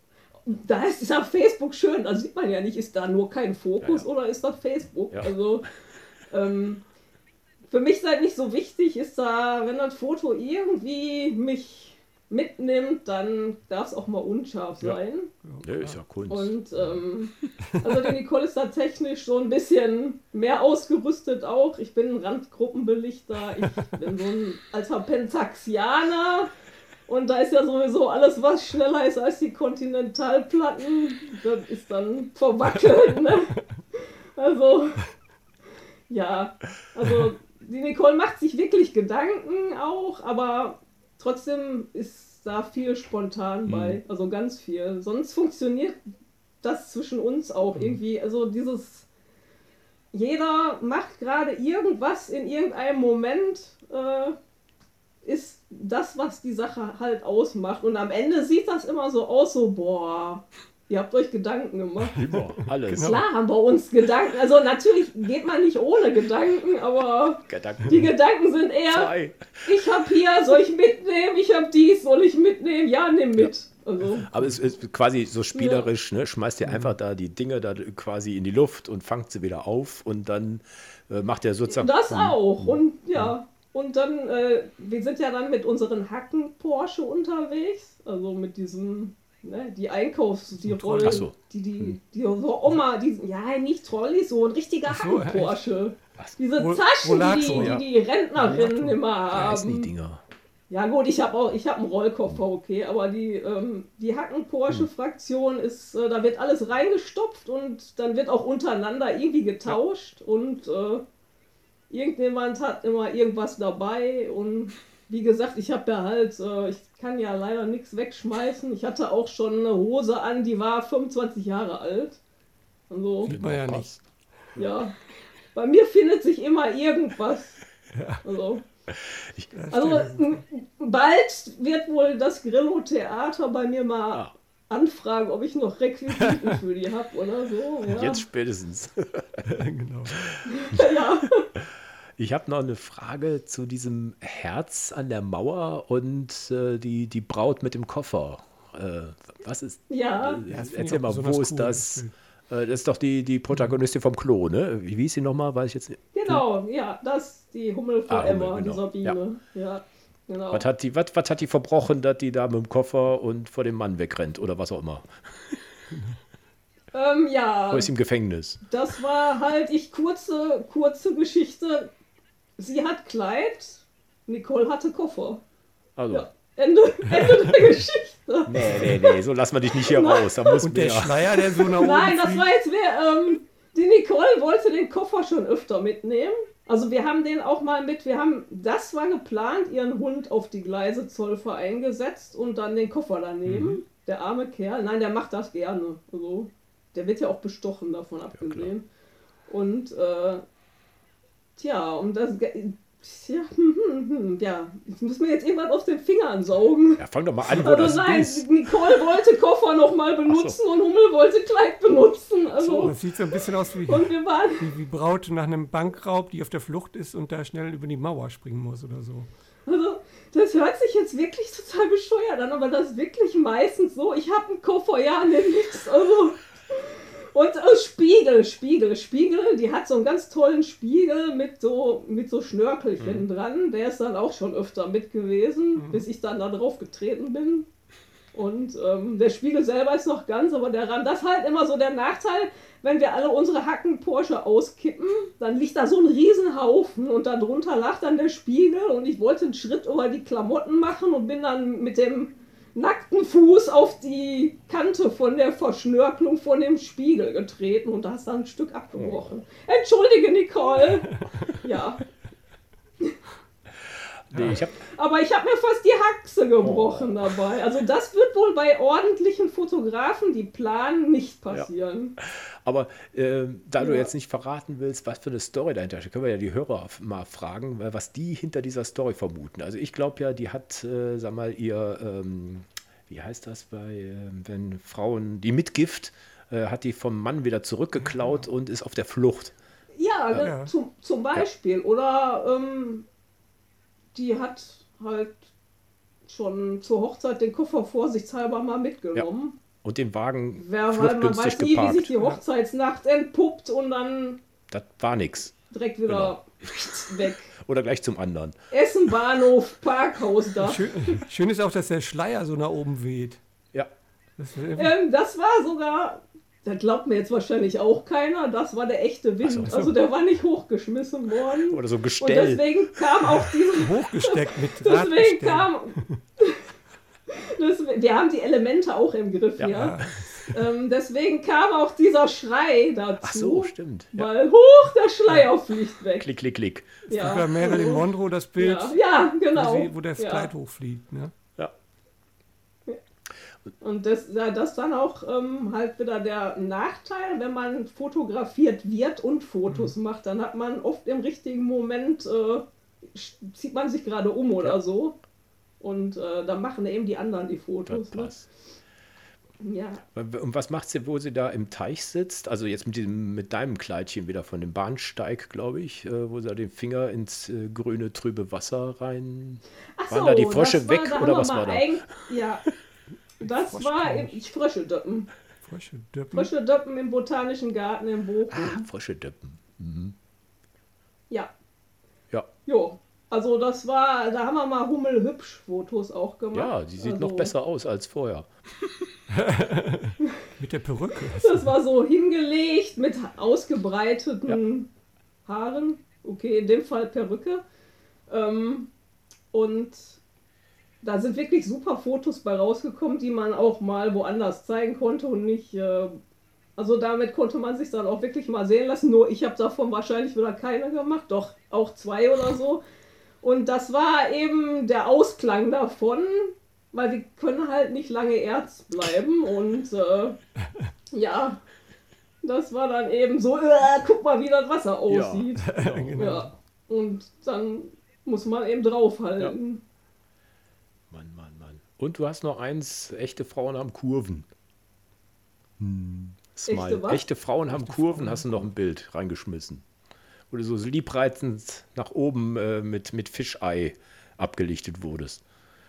da ist es auf Facebook schön, da sieht man ja nicht, ist da nur kein Fokus Ja, ja. oder ist das Facebook? Ja. Also ähm, für mich ist halt nicht so wichtig, ist da, wenn das Foto irgendwie mich mitnimmt, dann darf es auch mal unscharf sein. Ja, ist ja Kunst. Und ähm, also die Nicole ist da technisch so ein bisschen mehr ausgerüstet auch. Ich bin ein Randgruppenbelichter, ich bin so ein alter Pentaxianer und da ist ja sowieso alles, was schneller ist als die Kontinentalplatten, das ist dann verwackelt, ne? Also, ja, also die Nicole macht sich wirklich Gedanken auch, aber trotzdem ist da viel spontan bei, mhm. also ganz viel. Sonst funktioniert das zwischen uns auch mhm. irgendwie. Also dieses, jeder macht gerade irgendwas in irgendeinem Moment, äh, ist das, was die Sache halt ausmacht. Und am Ende sieht das immer so aus, so boah, ihr habt euch Gedanken gemacht. Über alles. Genau. Klar haben wir uns Gedanken. Also natürlich geht man nicht ohne Gedanken, aber Gedanken. Die Gedanken sind eher, Zwei. ich habe hier, soll ich mitnehmen? Ich habe dies, soll ich mitnehmen? Ja, nimm mit. Ja. Also. Aber es ist quasi so spielerisch, ja. ne? Schmeißt ihr einfach da die Dinge da quasi in die Luft und fangt sie wieder auf und dann äh, macht er sozusagen... Das auch. Und ja, und dann, äh, wir sind ja dann mit unseren Hacken-Porsche unterwegs, also mit diesem... Ne, die Einkaufs-, die Rolle, so. die, die, die so Oma, die, ja, nicht Trolli, so ein richtiger so, Hacken-Porsche. Diese wo, Taschen, wo die, so, ja. die die Rentnerinnen immer haben. Die Dinger. Ja gut, ich habe auch, ich habe einen Rollkoffer, okay, aber die, ähm, die Hacken-Porsche-Fraktion ist, äh, da wird alles reingestopft und dann wird auch untereinander irgendwie getauscht ja. und äh, irgendjemand hat immer irgendwas dabei und wie gesagt, ich habe ja halt, äh, ich kann ja leider nichts wegschmeißen. Ich hatte auch schon eine Hose an, die war fünfundzwanzig Jahre alt. Also, sieht man ja nicht. Ja, bei mir findet sich immer irgendwas. Ja. Also, also bald wird wohl das Grillo-Theater bei mir mal ah. anfragen, ob ich noch Requisiten für die habe oder so. Ja. Jetzt spätestens. Genau. Ja. Ich habe noch eine Frage zu diesem Herz an der Mauer und äh, die, die Braut mit dem Koffer. Äh, was ist... Ja. Äh, ja erzähl mal, wo ist cool. das? Äh, das ist doch die, die Protagonistin vom Klo, ne? Wie hieß sie nochmal? Weiß ich jetzt nicht. Genau, ja, das die Hummel Forever, ah, Hummel, genau. die Sabine. Ja. Ja, genau. Was hat die, was, was hat die verbrochen, dass die da mit dem Koffer und vor dem Mann wegrennt oder was auch immer? ähm, ja. Oder ist sie im Gefängnis? Das war halt, ich kurze, kurze Geschichte... Sie hat Kleid, Nicole hatte Koffer. Also. Ja, Ende, Ende der Geschichte. Nee, nee, nee, so lassen wir dich nicht hier Nein. raus. Da muss Und der mehr. Schleier, der so nach oben Nein, das war jetzt wer, ähm, die Nicole wollte den Koffer schon öfter mitnehmen. Also wir haben den auch mal mit, wir haben, das war geplant, ihren Hund auf die Gleise Zollver eingesetzt und dann den Koffer daneben. Mhm. Der arme Kerl, nein, der macht das gerne. Also, der wird ja auch bestochen, davon abgesehen. Ja, und, äh, Tja, um das. Ja, hm, hm, hm, ja, ich muss mir jetzt irgendwas aus den Fingern saugen. Ja, fang doch mal an, wo also das nein, ist. Nicole wollte Koffer nochmal benutzen so. Und Hummel wollte Kleid benutzen. Also, so, das sieht so ein bisschen aus wie, und wir waren, wie, wie Braut nach einem Bankraub, die auf der Flucht ist und da schnell über die Mauer springen muss oder so. Also, das hört sich jetzt wirklich total bescheuert an, aber das ist wirklich meistens so. Ich habe einen Koffer, ja, nimm nichts. Also. Und oh, Spiegel, Spiegel, Spiegel, die hat so einen ganz tollen Spiegel mit so, mit so Schnörkelchen mhm. dran. Der ist dann auch schon öfter mit gewesen, mhm. bis ich dann da drauf getreten bin. Und ähm, der Spiegel selber ist noch ganz, aber der Rand, das ist halt immer so der Nachteil, wenn wir alle unsere Hacken Porsche auskippen, dann liegt da so ein Riesenhaufen und darunter lag dann der Spiegel und ich wollte einen Schritt über die Klamotten machen und bin dann mit dem nackten Fuß auf die Kante von der Verschnörkelung von dem Spiegel getreten und da ist dann ein Stück abgebrochen. Entschuldige, Nicole. Ja. Nee, ich hab... Aber ich habe mir fast die Haxe gebrochen oh. dabei. Also das wird wohl bei ordentlichen Fotografen, die planen, nicht passieren. Ja. Aber äh, da ja. du jetzt nicht verraten willst, was für eine Story dahinter steht, können wir ja die Hörer mal fragen, was die hinter dieser Story vermuten. Also ich glaube ja, die hat, äh, sag mal, ihr, ähm, wie heißt das bei, äh, wenn Frauen, die Mitgift, äh, hat die vom Mann wieder zurückgeklaut ja. und ist auf der Flucht. Ja, ja. ja. Zum, zum Beispiel. Ja. Oder ähm, die hat halt schon zur Hochzeit den Koffer vorsichtshalber mal mitgenommen. Ja. Und den Wagen Wer, fluchtgünstig man weiß nie, geparkt. Wie sich die Hochzeitsnacht ja. entpuppt und dann das war nix. Direkt wieder weg. Oder gleich zum anderen. Essen, Bahnhof, Parkhaus da. Schön, schön ist auch, dass der Schleier so nach oben weht. Ja. Das, Ähm, das war sogar, da glaubt mir jetzt wahrscheinlich auch keiner, das war der echte Wind. Ach so. Also der war nicht hochgeschmissen worden. Oder so Und Gestell. deswegen kam auch diese... hochgesteckt mit Deswegen Drahtgestell. kam... Deswegen, wir haben die Elemente auch im Griff, Ja. ja. Ähm, deswegen kam auch dieser Schrei dazu. Ach so, stimmt. Ja. Weil hoch, der Schleier fliegt weg. Klick, klick, klick. Ja. Über Marilyn Monroe das Bild, Ja, ja, genau. wo, sie, wo das ja. Kleid hochfliegt. Ne? Ja. Und das, ja, das dann auch ähm, halt wieder der Nachteil, wenn man fotografiert wird und Fotos Mhm. macht, dann hat man oft im richtigen Moment, äh, zieht man sich gerade um oder Ja. so. Und äh, dann machen eben die anderen die Das Fotos. Ne? passt. Ja. Und was macht sie, wo sie da im Teich sitzt? Also jetzt mit diesem, mit deinem Kleidchen wieder von dem Bahnsteig, glaube ich, äh, wo sie da den Finger ins äh, grüne, trübe Wasser rein. Ach Waren da die Frösche das war- weg da haben oder wir was mal war da? Ein, ja, das Frosch, war glaub im, ich. Frösche Döppen. Frösche, Döppen. Frösche Döppen im Botanischen Garten in Bochum. Ah, Frösche döppen. Mhm. Ja. Ja. Jo. Also das war, da haben wir mal hummelhübsch Fotos auch gemacht. Ja, die sieht also, noch besser aus als vorher. Mit der Perücke. Das war so hingelegt mit ausgebreiteten Haaren. Okay, in dem Fall Perücke. Ähm, und da sind wirklich super Fotos bei rausgekommen, die man auch mal woanders zeigen konnte und nicht. Äh, also damit konnte man sich dann auch wirklich mal sehen lassen. Nur ich habe davon wahrscheinlich wieder keine gemacht, doch auch zwei oder so. Und das war eben der Ausklang davon, weil die können halt nicht lange Erz bleiben. Und äh, ja, das war dann eben so, äh, guck mal, wie das Wasser aussieht. Ja, Ja. Genau. Und dann muss man eben draufhalten. Mann, Mann, Mann. Und du hast noch eins, echte Frauen haben Kurven. Hm. Smile. Echte was? Echte Frauen haben Echte Kurven, Frauen hast du haben noch ein Bild reingeschmissen. Wo du so liebreizend nach oben äh, mit, mit Fischei abgelichtet wurdest.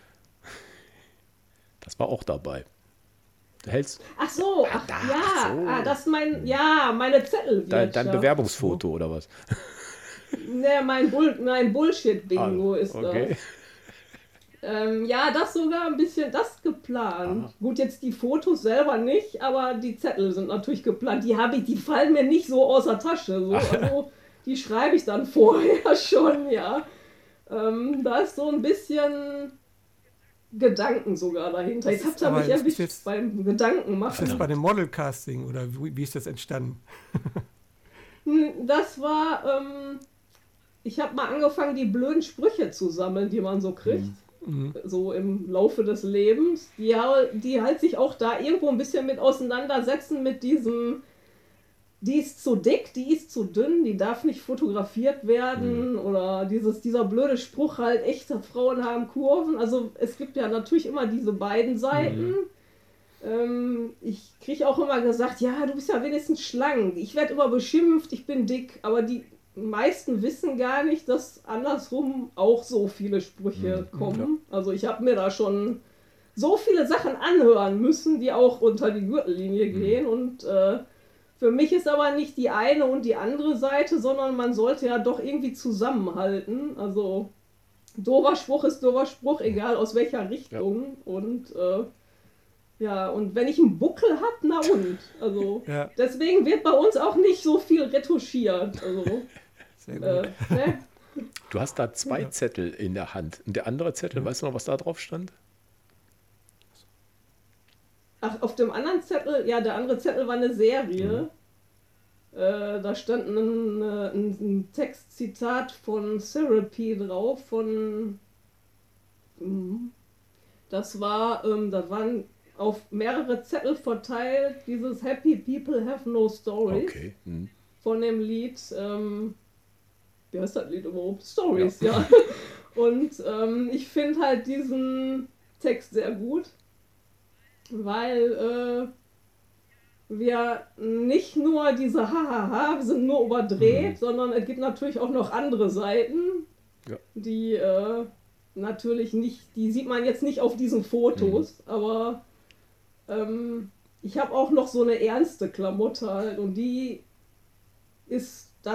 Das war auch dabei. Du hältst Ach so, ach, da, ja, ach so. Ah, das ist mein, ja, meine Zettel. dein, dein Bewerbungsfoto oder was? Ne, mein, Bull, mein Bullshit-Bingo Ah, ist okay. das. Ähm, ja, das sogar ein bisschen das geplant. Ah. Gut, jetzt die Fotos selber nicht, aber die Zettel sind natürlich geplant. Die habe ich, die fallen mir nicht so aus der Tasche. So. Also, die schreibe ich dann vorher schon, ja. Ähm, da ist so ein bisschen Gedanken sogar dahinter. Jetzt habt ihr Aber mich das ist erwischt jetzt- beim Gedanken Ist machen. das bei dem Model-Casting oder wie, wie ist das entstanden? Hm, Das war, ähm, ich habe mal angefangen, die blöden Sprüche zu sammeln, die man so kriegt. Mhm. So im Laufe des Lebens, die, ja- die halt sich auch da irgendwo ein bisschen mit auseinandersetzen mit diesem, die ist zu dick, die ist zu dünn, die darf nicht fotografiert werden oder dieses, dieser blöde Spruch halt, echte Frauen haben Kurven. Also es gibt ja natürlich immer diese beiden Seiten. Ähm, ich kriege auch immer gesagt, ja, du bist ja wenigstens schlank. Ich werde immer beschimpft, ich bin dick, aber die meisten wissen gar nicht, dass andersrum auch so viele Sprüche kommen. Also ich habe mir da schon so viele Sachen anhören müssen, die auch unter die Gürtellinie gehen. Und äh, für mich ist aber nicht die eine und die andere Seite, sondern man sollte ja doch irgendwie zusammenhalten. Also doofer Spruch ist doofer Spruch, egal aus welcher Richtung. Und äh, ja, und wenn ich einen Buckel habe, na und? Also Ja, deswegen wird bei uns auch nicht so viel retuschiert. Also, sehr gut. äh, ne? Du hast da zwei Ja. Zettel in der Hand. Und der andere Zettel, weißt du noch, was da drauf stand? Ach, auf dem anderen Zettel, ja, der andere Zettel war eine Serie. Äh, da stand ein, äh, ein, ein Textzitat von Therapy drauf, von. Mhm. Das war, ähm, da waren auf mehrere Zettel verteilt dieses Happy People Have No Stories Okay. Hm. von dem Lied. Ähm, wie heißt das Lied überhaupt? Stories, ja. Und ähm, ich finde halt diesen Text sehr gut, weil äh, wir nicht nur diese Hahaha, wir sind nur überdreht, sondern es gibt natürlich auch noch andere Seiten, Ja. die äh, natürlich nicht, die sieht man jetzt nicht auf diesen Fotos, aber ähm, ich habe auch noch so eine ernste Klamotte halt und die ist, da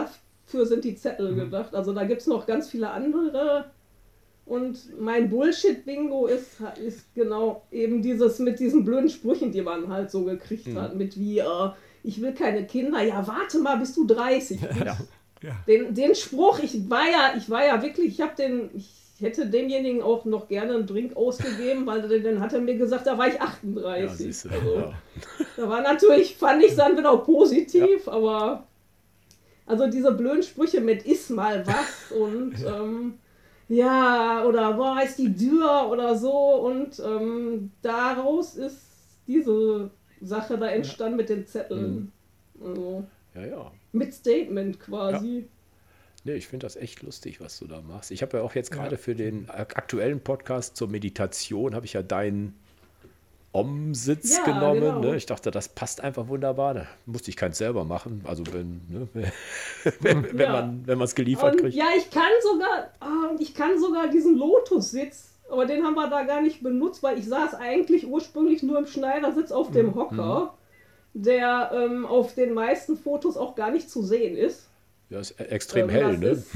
dafür sind die Zettel Mhm. gedacht. Also da gibt es noch ganz viele andere. Und mein Bullshit-Bingo ist, ist genau eben dieses mit diesen blöden Sprüchen, die man halt so gekriegt Mhm. hat. Mit wie, äh, ich will keine Kinder. Ja, warte mal, bis du dreißig bist. Ja. Ja. Den, den Spruch, ich war ja, ich war ja wirklich, ich habe den, ich hätte demjenigen auch noch gerne einen Drink ausgegeben, weil den, den hat er mir gesagt, da war ich Ja, achtunddreißig. siehst du. Also, Ja. da war natürlich, fand ich dann wieder positiv, aber also diese blöden Sprüche mit iss mal was und ähm, ja, oder boah, ist die dürr oder so und ähm, daraus ist diese Sache da entstanden mit den Zetteln. Also, Ja, ja. mit Statement quasi. Nee, ich finde das echt lustig, was du da machst. Ich habe ja auch jetzt gerade Ja. für den ak- aktuellen Podcast zur Meditation, habe ich ja deinen Om-Sitz Ja, genommen. genau. Ne? Ich dachte, das passt einfach wunderbar. Da musste ich keins selber machen. Also wenn, ne, wenn, wenn Ja. man wenn man es geliefert Und kriegt. ja, ich kann sogar, ah, und ich kann sogar diesen Lotus-Sitz, aber den haben wir da gar nicht benutzt, weil ich saß eigentlich ursprünglich nur im Schneidersitz auf dem Hocker, der ähm, auf den meisten Fotos auch gar nicht zu sehen ist. Ja, ist e- extrem Ähm, hell, das ne? ist-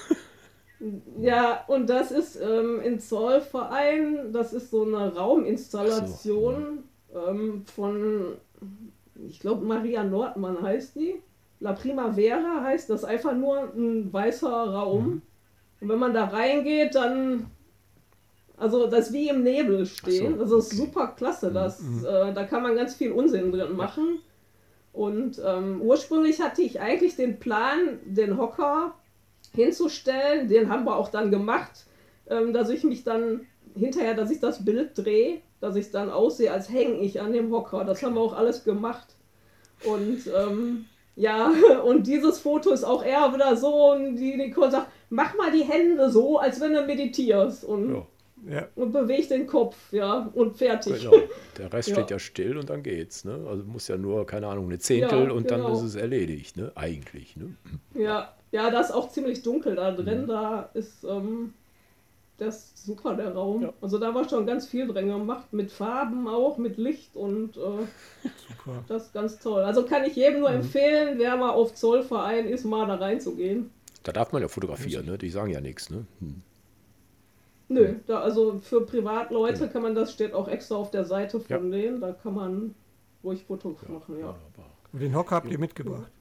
Ja, und das ist ähm, in Zollverein, das ist so eine Rauminstallation ähm, von, ich glaube, Maria Nordmann heißt die. La Primavera heißt das, einfach nur ein weißer Raum. Und wenn man da reingeht, dann, also das ist wie im Nebel stehen. Ach so, Also das ist okay. super klasse, das, äh, da kann man ganz viel Unsinn drin machen. Und ähm, ursprünglich hatte ich eigentlich den Plan, den Hocker hinzustellen, den haben wir auch dann gemacht, ähm, dass ich mich dann hinterher, dass ich das Bild drehe, dass ich dann aussehe, als hänge ich an dem Hocker. Das haben wir auch alles gemacht. Und ähm, ja, und dieses Foto ist auch eher wieder so, und die Nicole sagt, mach mal die Hände so, als wenn du meditierst und, Ja, Ja. und beweg den Kopf, ja, und fertig. genau. Der Rest Ja. steht ja still und dann geht's. Ne? Also muss ja nur, keine Ahnung, eine Zehntel Ja, und dann genau. ist es erledigt. Ne? Eigentlich. Ne? Ja, ja, da ist auch ziemlich dunkel da drin. Da ist ähm, das ist super, der Raum. Ja. Also da war schon ganz viel drin gemacht, mit Farben auch, mit Licht und äh, Super. das ist ganz toll. Also kann ich jedem nur empfehlen, wer mal auf Zollverein ist, mal da reinzugehen. Da darf man ja fotografieren, ne? Die sagen ja nichts. Ne? Hm. Nö, da, also für Privatleute kann man, das steht auch extra auf der Seite von denen, da kann man ruhig Fotos machen, ja. Wunderbar. Und den Hocker habt ihr mitgebracht?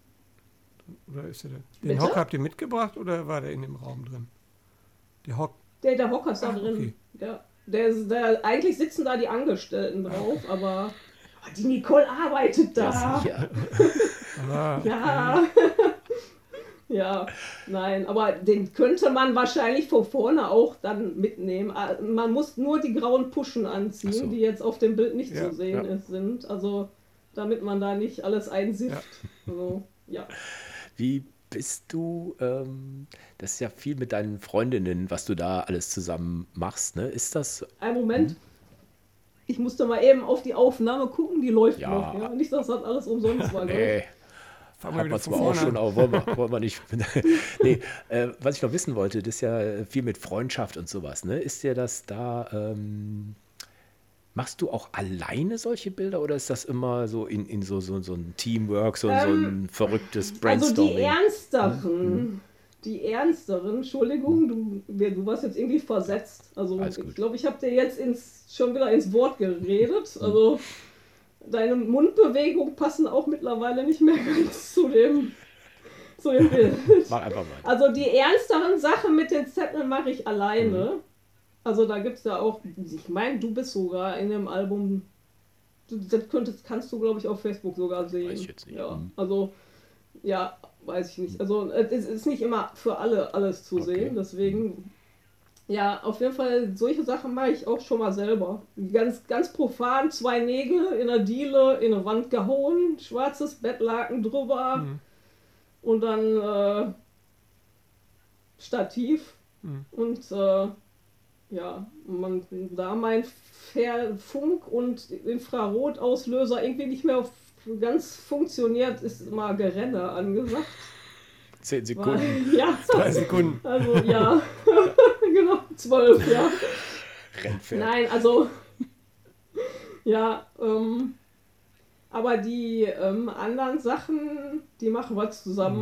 Oder ist er da? Den Bitte? Hocker habt ihr mitgebracht oder war der in dem Raum drin? Der Hock. Der, der Hocker ist da Ach, drin. okay. Der, der, ist- der, eigentlich sitzen da die Angestellten drauf, aber, aber die Nicole arbeitet da. Ja, sicher. Ah, Ja. Ja, nein, aber den könnte man wahrscheinlich von vorne auch dann mitnehmen. Ah, Man muss nur die grauen Puschen anziehen, Ach so. die jetzt auf dem Bild nicht Ja, zu sehen ja. ist, sind. Also, damit man da nicht alles einsifft. Ja. Also, ja. Wie bist du, ähm, das ist ja viel mit deinen Freundinnen, was du da alles zusammen machst, ne? Ist das, Ein Moment. Ich musste mal eben auf die Aufnahme gucken, die läuft Ja. noch. Ja? Nicht, dass das alles umsonst war. gell? nee, fangen wir hat wieder man von zwar auch vorne schon, an. aber wollen wir, wollen wir nicht. Nee, äh, was ich noch wissen wollte, das ist ja viel mit Freundschaft und sowas, ne? Ist dir das da, ähm, machst du auch alleine solche Bilder oder ist das immer so in, in so, so, so ein Teamwork, so, so ein verrücktes Also die Brainstorming? ernsteren, die ernsteren, Entschuldigung, du, wer- du warst jetzt irgendwie versetzt. Also Alles gut. ich glaube, ich habe dir jetzt ins, schon wieder ins Wort geredet. Also deine Mundbewegungen passen auch mittlerweile nicht mehr ganz zu dem, zu dem Bild. Mach einfach mal. Also die ernsteren Sachen mit den Zetteln mache ich alleine. Also da gibt es ja auch, ich meine, du bist sogar in dem Album, du, das könntest, kannst du glaube ich auf Facebook sogar sehen. Weiß ich jetzt nicht. Ja, Hm. also, ja, weiß ich nicht. Also es ist nicht immer für alle alles zu Okay. sehen, deswegen, ja, auf jeden Fall, solche Sachen mache ich auch schon mal selber. Ganz, ganz profan, zwei Nägel in der Diele in eine Wand gehauen, schwarzes Bettlaken drüber Mhm. und dann äh, Stativ Mhm. und äh, ja, man, da mein Fer- Funk- und Infrarotauslöser irgendwie nicht mehr auf, ganz funktioniert, ist immer Gerenne angesagt. Zehn Sekunden Weil, ja, Drei Sekunden. also ja, genau, zwölf, ja. Rennpferd. Nein, also ja, ähm, aber die ähm, anderen Sachen, die machen wir zusammen.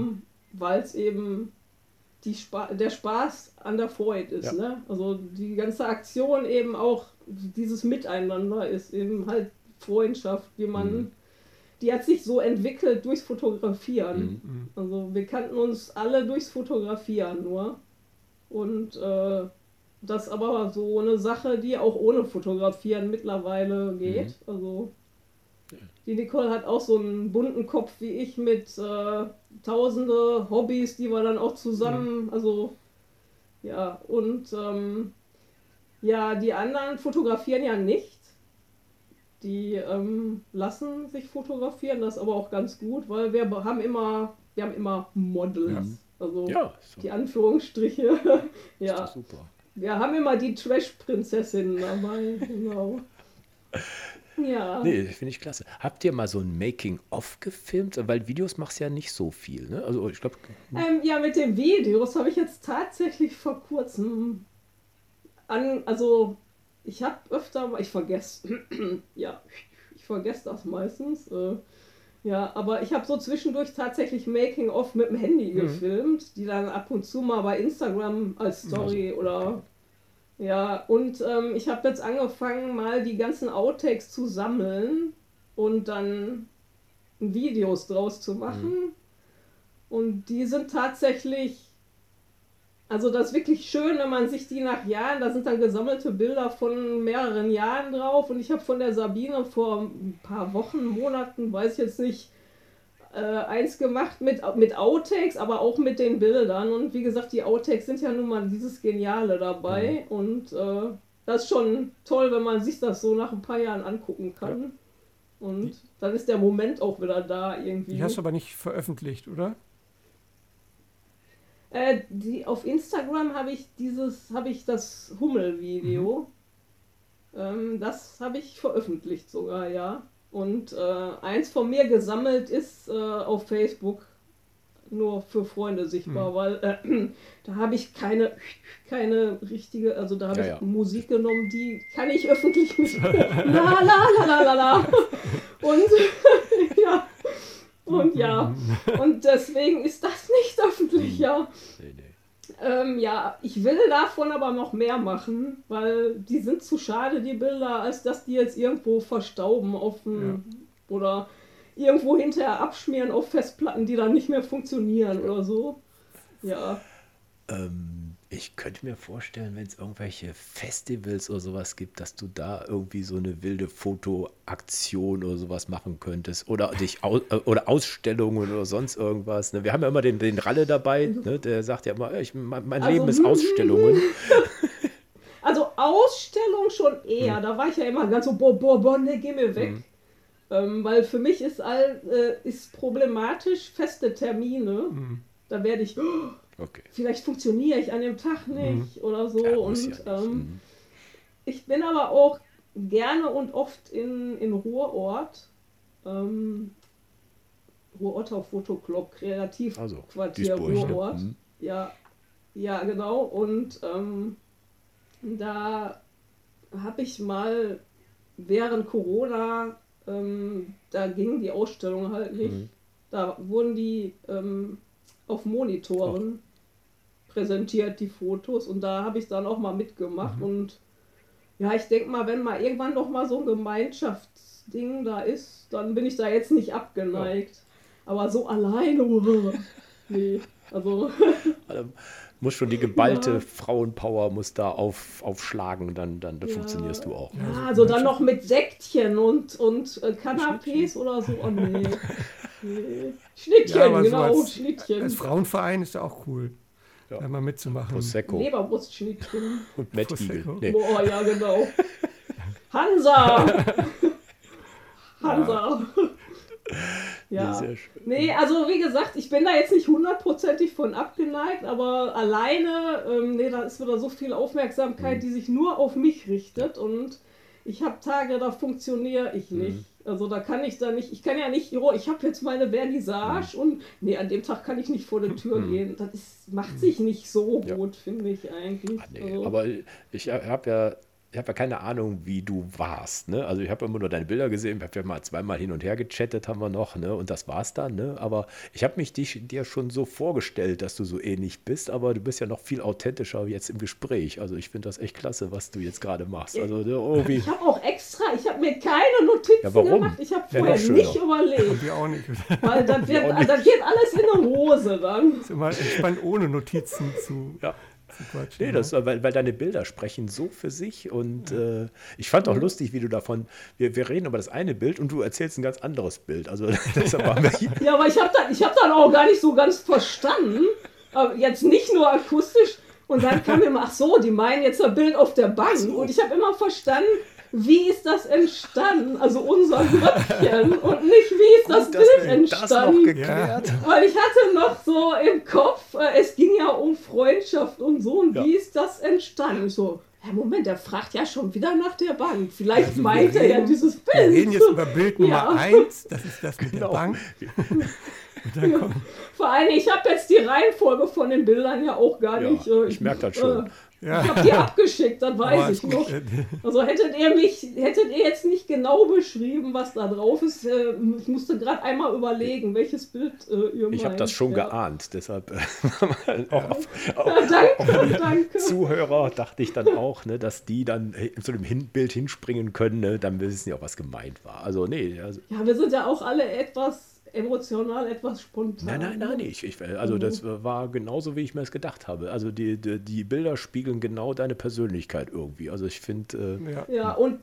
weil es eben die Spa- der Spaß an der Freude ist. Ja. Ne? Also die ganze Aktion eben auch dieses Miteinander ist eben halt Freundschaft, wie man, Mhm. die hat sich so entwickelt durchs Fotografieren. Mhm. Also wir kannten uns alle durchs Fotografieren nur. Und äh, das ist aber so eine Sache, die auch ohne Fotografieren mittlerweile geht. Also die Nicole hat auch so einen bunten Kopf wie ich mit äh, tausende Hobbys, die wir dann auch zusammen, also ja, und ähm, ja, die anderen fotografieren ja nicht. Die ähm, lassen sich fotografieren, das ist aber auch ganz gut, weil wir haben immer, wir haben immer Models. Mhm. Also Ja, so. die Anführungsstriche. Ist doch Ja, super. wir haben immer die Trash-Prinzessinnen dabei, genau. Ja. Nee, finde ich klasse. Habt ihr mal so ein Making-of gefilmt? Weil Videos machst ja nicht so viel, ne? Also ich glaube, Ähm, ja, mit den Videos habe ich jetzt tatsächlich vor kurzem an, also ich habe öfter, mal- ich vergesse, ja, ich vergesse das meistens, äh, ja, aber ich habe so zwischendurch tatsächlich Making-of mit dem Handy gefilmt, die dann ab und zu mal bei Instagram als Story Also, oder okay. ja, und ähm, ich habe jetzt angefangen, mal die ganzen Outtakes zu sammeln und dann Videos draus zu machen. Und die sind tatsächlich, also das ist wirklich schön, wenn man sich die nach Jahren, da sind dann gesammelte Bilder von mehreren Jahren drauf. Und ich habe von der Sabine vor ein paar Wochen, Monaten, weiß ich jetzt nicht, äh, eins gemacht mit, mit Outtakes, aber auch mit den Bildern. Und wie gesagt, die Outtakes sind ja nun mal dieses Geniale dabei. Mhm. Und äh, das ist schon toll, wenn man sich das so nach ein paar Jahren angucken kann. Ja. Und dann ist der Moment auch wieder da irgendwie. Die hast du aber nicht veröffentlicht, oder? Äh, die, auf Instagram habe ich dieses, habe ich das Hummel-Video. Ähm, das habe ich veröffentlicht sogar, ja. Und äh, eins von mir gesammelt ist äh, auf Facebook nur für Freunde sichtbar, Hm. weil äh, da habe ich keine, keine richtige, also da habe Ja, ich ja. Musik genommen, die kann ich öffentlich nicht. La la la la la la. Und ja. Und ja. Und deswegen ist das nicht öffentlich, ja. Nee, nee. Ähm, ja, ich will davon aber noch mehr machen, weil die sind zu schade, die Bilder, als dass die jetzt irgendwo verstauben auf dem, oder irgendwo hinterher abschmieren auf Festplatten, die dann nicht mehr funktionieren oder so. Ja. Ähm, ich könnte mir vorstellen, wenn es irgendwelche Festivals oder sowas gibt, dass du da irgendwie so eine wilde Fotoaktion oder sowas machen könntest. Oder dich au äh, oder Ausstellungen oder sonst irgendwas. Ne? Wir haben ja immer den, den Ralle dabei, ne? Der sagt ja immer, ich, mein, mein Also, Leben ist hm, Ausstellungen. Also Ausstellung schon eher, da war ich ja immer ganz so, boah, boah, boah, ne, geh mir weg. Ähm, weil für mich ist all äh, ist problematisch feste Termine. Da werde ich, oh, Okay. vielleicht funktioniere ich an dem Tag nicht oder so. Ja, muss und ja nicht. ähm, Mhm. ich bin aber auch gerne und oft in, in Ruhrort. Ähm, Ruhrorter Fotoclub, Also, Kreativquartier Duisburg, ne? Ruhrort. Mhm. Ja, ja, genau. Und ähm, da habe ich mal während Corona, ähm, da ging die Ausstellung halt nicht. Mhm. Da wurden die ähm, auf Monitoren präsentiert, die Fotos. Und da habe ich dann auch mal mitgemacht. Und ja, ich denke mal, wenn mal irgendwann noch mal so ein Gemeinschaftsding da ist, dann bin ich da jetzt nicht abgeneigt. Aber so alleine, uh, nee. Also, Also, muss schon die geballte Ja. Frauenpower muss da auf, aufschlagen, dann, dann Ja. funktionierst du auch. ja, also dann noch mit Säckchen und, und äh, Canapés oder so. Oh nee. nee. Schnittchen, aber so genau, als, Schnittchen. als Frauenverein ist ja auch cool, Ja. da mal mitzumachen. Prosecco Leberwurstschnittchen. und Mad Eagle. Prosecco. Nee. Boah, ja, genau. Hansa! Hansa! Nee, Ja. sehr schön. Nee, also wie gesagt, ich bin da jetzt nicht hundertprozentig von abgeneigt, aber alleine, ähm, nee, da ist wieder so viel Aufmerksamkeit, Mhm. die sich nur auf mich richtet und ich habe Tage, da funktioniere ich nicht. Mhm. Also da kann ich da nicht, ich kann ja nicht, jo, ich habe jetzt meine Vernissage und nee, an dem Tag kann ich nicht vor die Tür Mhm. gehen. Das ist, macht sich nicht so Ja. gut, finde ich eigentlich. Ach nee, Also, aber ich habe ja ich habe ja keine Ahnung, wie du warst, ne? Also ich habe immer nur deine Bilder gesehen, ich habe ja mal zweimal hin und her gechattet, haben wir noch, ne? Und das war's dann, ne? Aber ich habe mich dich, dir schon so vorgestellt, dass du so ähnlich bist, aber du bist ja noch viel authentischer jetzt im Gespräch. Also ich finde das echt klasse, was du jetzt gerade machst. Also ne, irgendwie, Ich habe auch extra, ich habe mir keine Notizen ja, warum? gemacht. Ich habe Wäre vorher noch schöner. nicht überlegt. Und wir auch nicht. Weil das, wird, auch nicht. das geht alles in eine Hose dann. Ist immer entspannt, ohne Notizen zu, Ja. zu quatschen. Nee, das, weil, weil deine Bilder sprechen so für sich und äh, ich fand auch lustig, wie du davon, wir, wir reden über das eine Bild und du erzählst ein ganz anderes Bild. Also deshalb waren wir hier. Ja, aber ich habe dann, ich hab dann auch gar nicht so ganz verstanden. Aber jetzt nicht nur akustisch. Und dann kam mir mal, ach so, die meinen jetzt ein Bild auf der Bank. so. Und ich habe immer verstanden, wie ist das entstanden? Also unser Gröppchen und nicht, wie ist das Gut, dass Bild wir das noch entstanden? geklärt. Weil ich hatte noch so im Kopf, äh, es ging ja um Freundschaft und so. Und Ja. wie ist das entstanden? Ich so, ja Moment, der fragt ja schon wieder nach der Bank. Vielleicht Also meint wir er ja reden- dieses Wir Bild. reden jetzt über Bild Nummer Ja. eins, das ist das mit Genau. der Bank. Und dann kommt, Vor allem, ich habe jetzt die Reihenfolge von den Bildern ja auch gar Ja, nicht. äh, ich merk das schon. Äh, ja, ich habe die abgeschickt, das weiß aber ich ist noch. gut. Äh, Also hättet ihr mich, hättet ihr jetzt nicht genau beschrieben, was da drauf ist. Äh, ich musste gerade einmal überlegen, welches Bild äh, ihr meint. Ich habe das schon ja. geahnt, deshalb äh, auch auf, Ja, auch danke, danke. Zuhörer dachte ich dann auch, ne, dass die dann äh, zu dem Hin Bild hinspringen können, ne, dann wissen sie auch, was gemeint war. Also nee, also, Ja, wir sind ja auch alle etwas emotional, etwas spontan. nein, nein, nein, nicht. Ich, also das war genauso, wie ich mir das gedacht habe. Also die, die, die Bilder spiegeln genau deine Persönlichkeit irgendwie. Also ich finde, äh, ja. Ja, und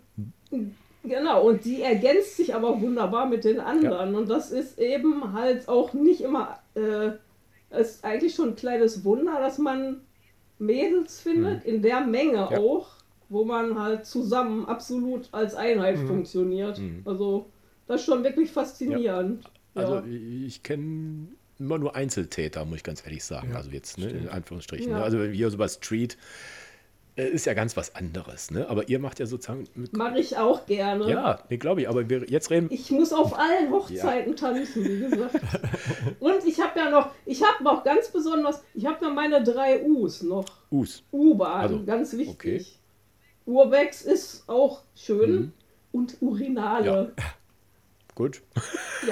genau, und die ergänzt sich aber wunderbar mit den anderen. Und das ist eben halt auch nicht immer, äh, es ist eigentlich schon ein kleines Wunder, dass man Mädels findet, in der Menge Ja. auch, wo man halt zusammen absolut als Einheit funktioniert. Also das ist schon wirklich faszinierend. also Ja. ich kenne immer nur Einzeltäter, muss ich ganz ehrlich sagen. Ja, also jetzt, ne, in stimmt. Anführungsstrichen. Ja. Ne? Also hier so bei Street äh, ist ja ganz was anderes. Ne? Aber ihr macht ja sozusagen mit, Mache ich auch gerne. ja, nee, glaube ich. Aber wir jetzt reden. Ich muss auf allen Hochzeiten tanzen, wie gesagt. Und ich habe ja noch, ich habe noch ganz besonders, ich habe ja meine drei U's noch. Us. U-Bahn, Also, ganz wichtig. okay. Urbex ist auch schön. Mhm. Und Urinale. Gut. Ja.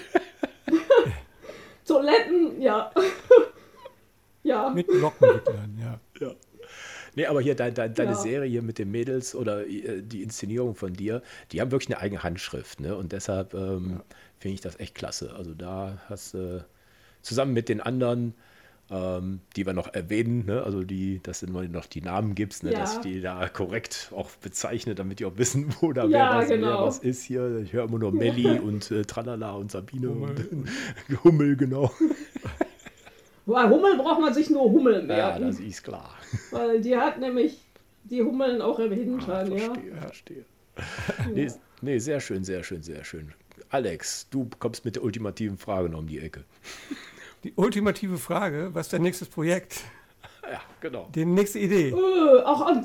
Toiletten, ja. ja. Mit Lockenwicklern, ja. Ja. Nee, aber hier dein, dein, deine Ja. Serie hier mit den Mädels oder äh, die Inszenierung von dir, die haben wirklich eine eigene Handschrift, ne? Und deshalb ähm, finde ich das echt klasse. Also da hast du äh, zusammen mit den anderen, ähm, die wir noch erwähnen, ne? Also die, dass du immer noch die Namen gibst, ne? Ja. Dass ich die da korrekt auch bezeichne, damit die auch wissen, wo da Ja, wer, was, wer genau. was ist hier. Ich höre immer nur Melli und äh, Tralala und Sabine Hummel. und Hummel, genau. Bei Hummel braucht man sich nur Hummel Ja, merken. das ist klar. Weil die hat nämlich die Hummeln auch im Ah, Hintern, ja. verstehe, verstehe. Nee, nee, sehr schön, sehr schön, sehr schön. Alex, du kommst mit der ultimativen Frage noch um die Ecke. Die ultimative Frage, was ist dein nächstes Projekt? Ja, genau. Die nächste Idee. Äh, auch an,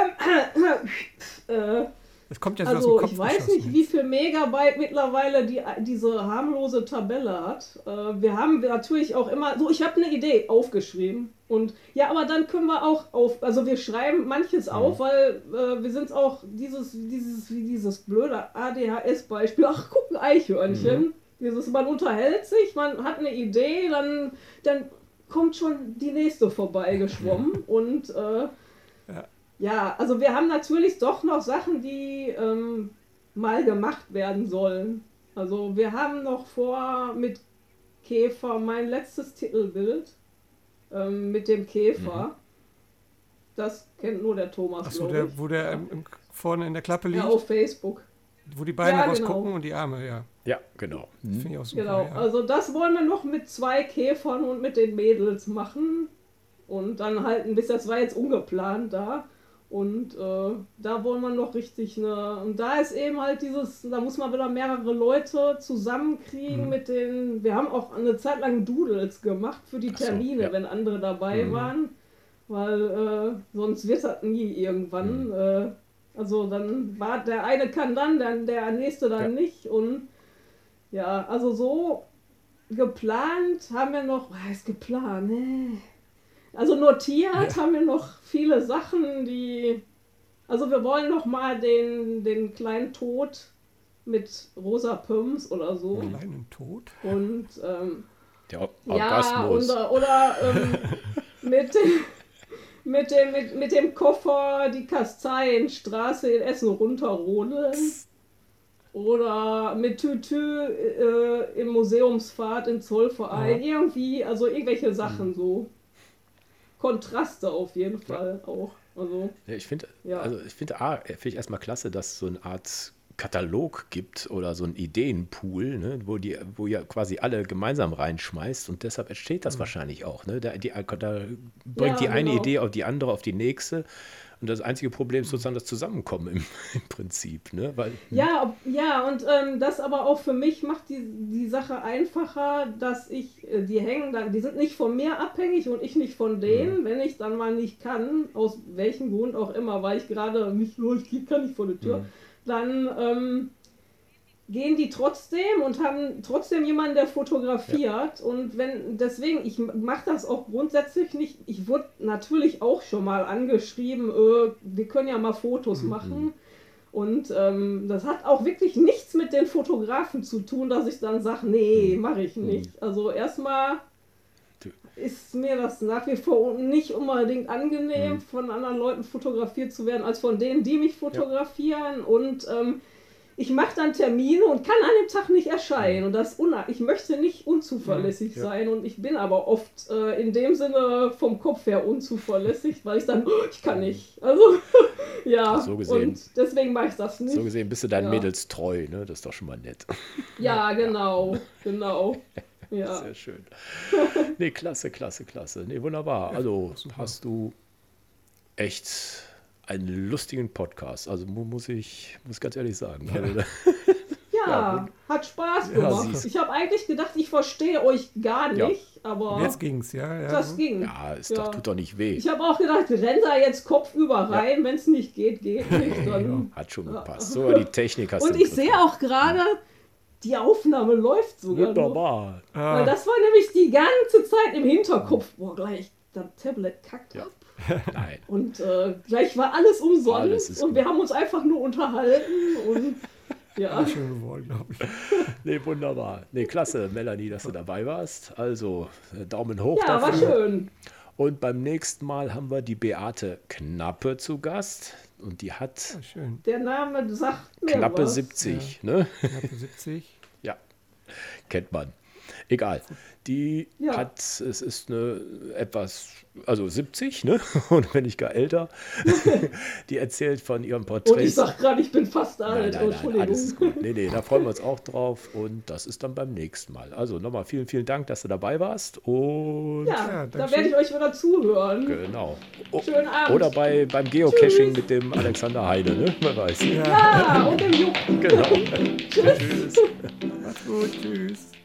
äh, Das kommt ja so Also aus dem Kopf ich weiß geschossen. nicht, wie viel Megabyte mittlerweile die, diese harmlose Tabelle hat. Äh, wir haben natürlich auch immer, so ich habe eine Idee aufgeschrieben. Und ja, aber dann können wir auch auf, also wir schreiben manches auf, weil äh, wir sind auch dieses, dieses, wie dieses blöde A D H S-Beispiel, ach guck, ein Eichhörnchen. Dieses, man unterhält sich, man hat eine Idee, dann, dann kommt schon die nächste vorbeigeschwommen. Und äh, Ja. ja, also wir haben natürlich doch noch Sachen, die ähm, mal gemacht werden sollen. Also wir haben noch vor mit Käfer mein letztes Titelbild ähm, mit dem Käfer. Das kennt nur der Thomas, Achso, glaub der, ich. wo der ähm, im- vorne in der Klappe liegt, Ja, auf Facebook. wo die Beine Ja, rausgucken genau. und die Arme, ja. Ja, genau. Das finde ich auch super. Genau, ja. also das wollen wir noch mit zwei Käfern und mit den Mädels machen. Und dann halt ein bisschen, das war jetzt ungeplant da. Und äh, da wollen wir noch richtig eine. Und da ist eben halt dieses, da muss man wieder mehrere Leute zusammenkriegen Mhm. mit den. Wir haben auch eine Zeit lang Doodles gemacht für die Ach so, Termine, ja. wenn andere dabei Mhm. waren. Weil äh, sonst wird das nie irgendwann. Mhm. Äh, also dann war der eine kann dann, dann der nächste dann Ja. nicht. Und ja, also so geplant haben wir noch, was heißt geplant, ne? Also notiert Ja. haben wir noch viele Sachen, die Also wir wollen noch mal den, den kleinen Tod mit rosa Pumps oder so. Kleinen Tod? Und ähm, Der ja, Orgasmus. und, oder ähm, mit, dem, mit, dem, mit, mit dem Koffer die Kasteienstraße in Essen runterrodeln. Oder mit Tütü äh, im Museumsfahrt in Zollverein. Ja. Irgendwie, also irgendwelche Sachen so. Kontraste auf jeden Fall auch. Also, Ja, ich finde, Ja. also ich finde, A, finde ich erstmal klasse, dass es so eine Art Katalog gibt oder so ein Ideenpool, ne, wo die, wo ihr quasi alle gemeinsam reinschmeißt und deshalb entsteht das wahrscheinlich auch. Ne? Da, die, da bringt Ja, die eine genau. Idee auf die andere, auf die nächste. Und das einzige Problem ist sozusagen das Zusammenkommen im, im Prinzip. Ne? Weil, ja, ob, ja, und ähm, das aber auch für mich macht die, die Sache einfacher, dass ich, äh, die hängen da, die sind nicht von mir abhängig und ich nicht von denen, wenn ich dann mal nicht kann, aus welchem Grund auch immer, weil ich gerade mich, oh, ich kann nicht vor die Tür, dann ähm, gehen die trotzdem und haben trotzdem jemanden, der fotografiert. Und wenn, deswegen, ich mache das auch grundsätzlich nicht. Ich wurde natürlich auch schon mal angeschrieben, äh, wir können ja mal Fotos machen. Und ähm, das hat auch wirklich nichts mit den Fotografen zu tun, dass ich dann sage, nee, mache ich nicht. Also erstmal ist mir das nach wie vor nicht unbedingt angenehm, von anderen Leuten fotografiert zu werden, als von denen, die mich fotografieren. Und ähm, ich mache dann Termine und kann an dem Tag nicht erscheinen. Und das una- ich möchte nicht unzuverlässig Ja. sein. Und ich bin aber oft äh, in dem Sinne vom Kopf her unzuverlässig, weil ich dann, oh, ich kann nicht. Also, ja. So gesehen. Und deswegen mache ich das nicht. so gesehen bist du deinen Ja. Mädels treu, ne? Das ist doch schon mal nett. Ja, genau, genau. Ja. Sehr schön. Nee, klasse, klasse, klasse. Nee, wunderbar. Also hast du echt einen lustigen Podcast. Also mu- muss ich, muss ganz ehrlich sagen. Also, Ja, Ja, hat Spaß Ja, gemacht. siehst- ich habe eigentlich gedacht, ich verstehe euch gar Ja. nicht, aber Jetzt ging's, ja. ja. das ging. ja, ist Ja. doch, tut doch nicht weh. Ich habe auch gedacht, renn da jetzt kopfüber rein, wenn es nicht geht, geht nicht. Dann. Hat schon gepasst. Sogar die Technik hast Und du ich im sehe Griff. auch gerade, die Aufnahme läuft sogar noch. Wunderbar. Weil Ah, das war nämlich die ganze Zeit im Hinterkopf. Boah, gleich, das Tablet kackt Ja. ab. Nein. Und äh, gleich war alles umsonst. Alles ist und gut. wir haben uns einfach nur unterhalten. Und ja. schön geworden, glaube ich. Nee, wunderbar. Nee, klasse, Melanie, dass du dabei warst. Also, äh, Daumen hoch Ja, war dafür. schön. Und beim nächsten Mal haben wir die Beate Knappe zu Gast. Und die hat Ja, schön. Der Name sagt mir knappe was. siebzig, ne? Knappe siebzig. Ja, kennt man. Egal. Die Ja. hat, es ist eine etwas, also siebzig, ne? Und wenn nicht gar älter. Die erzählt von ihrem Porträt. Und ich sag gerade, ich bin fast Nein, alt. nein, Oh, nein, Entschuldigung. alles ist gut. Nee, nee, da freuen wir uns auch drauf und das ist dann beim nächsten Mal. Also nochmal vielen, vielen Dank, dass du dabei warst und Ja, Ja, da danke werde ich euch wieder zuhören. genau. O- Schönen Abend. Oder bei, beim Geocaching Tschüss. mit dem Alexander Heide, ne? Man weiß. Ja, und dem Juck. Genau. Tschüss. Tschüss. Macht's gut, tschüss.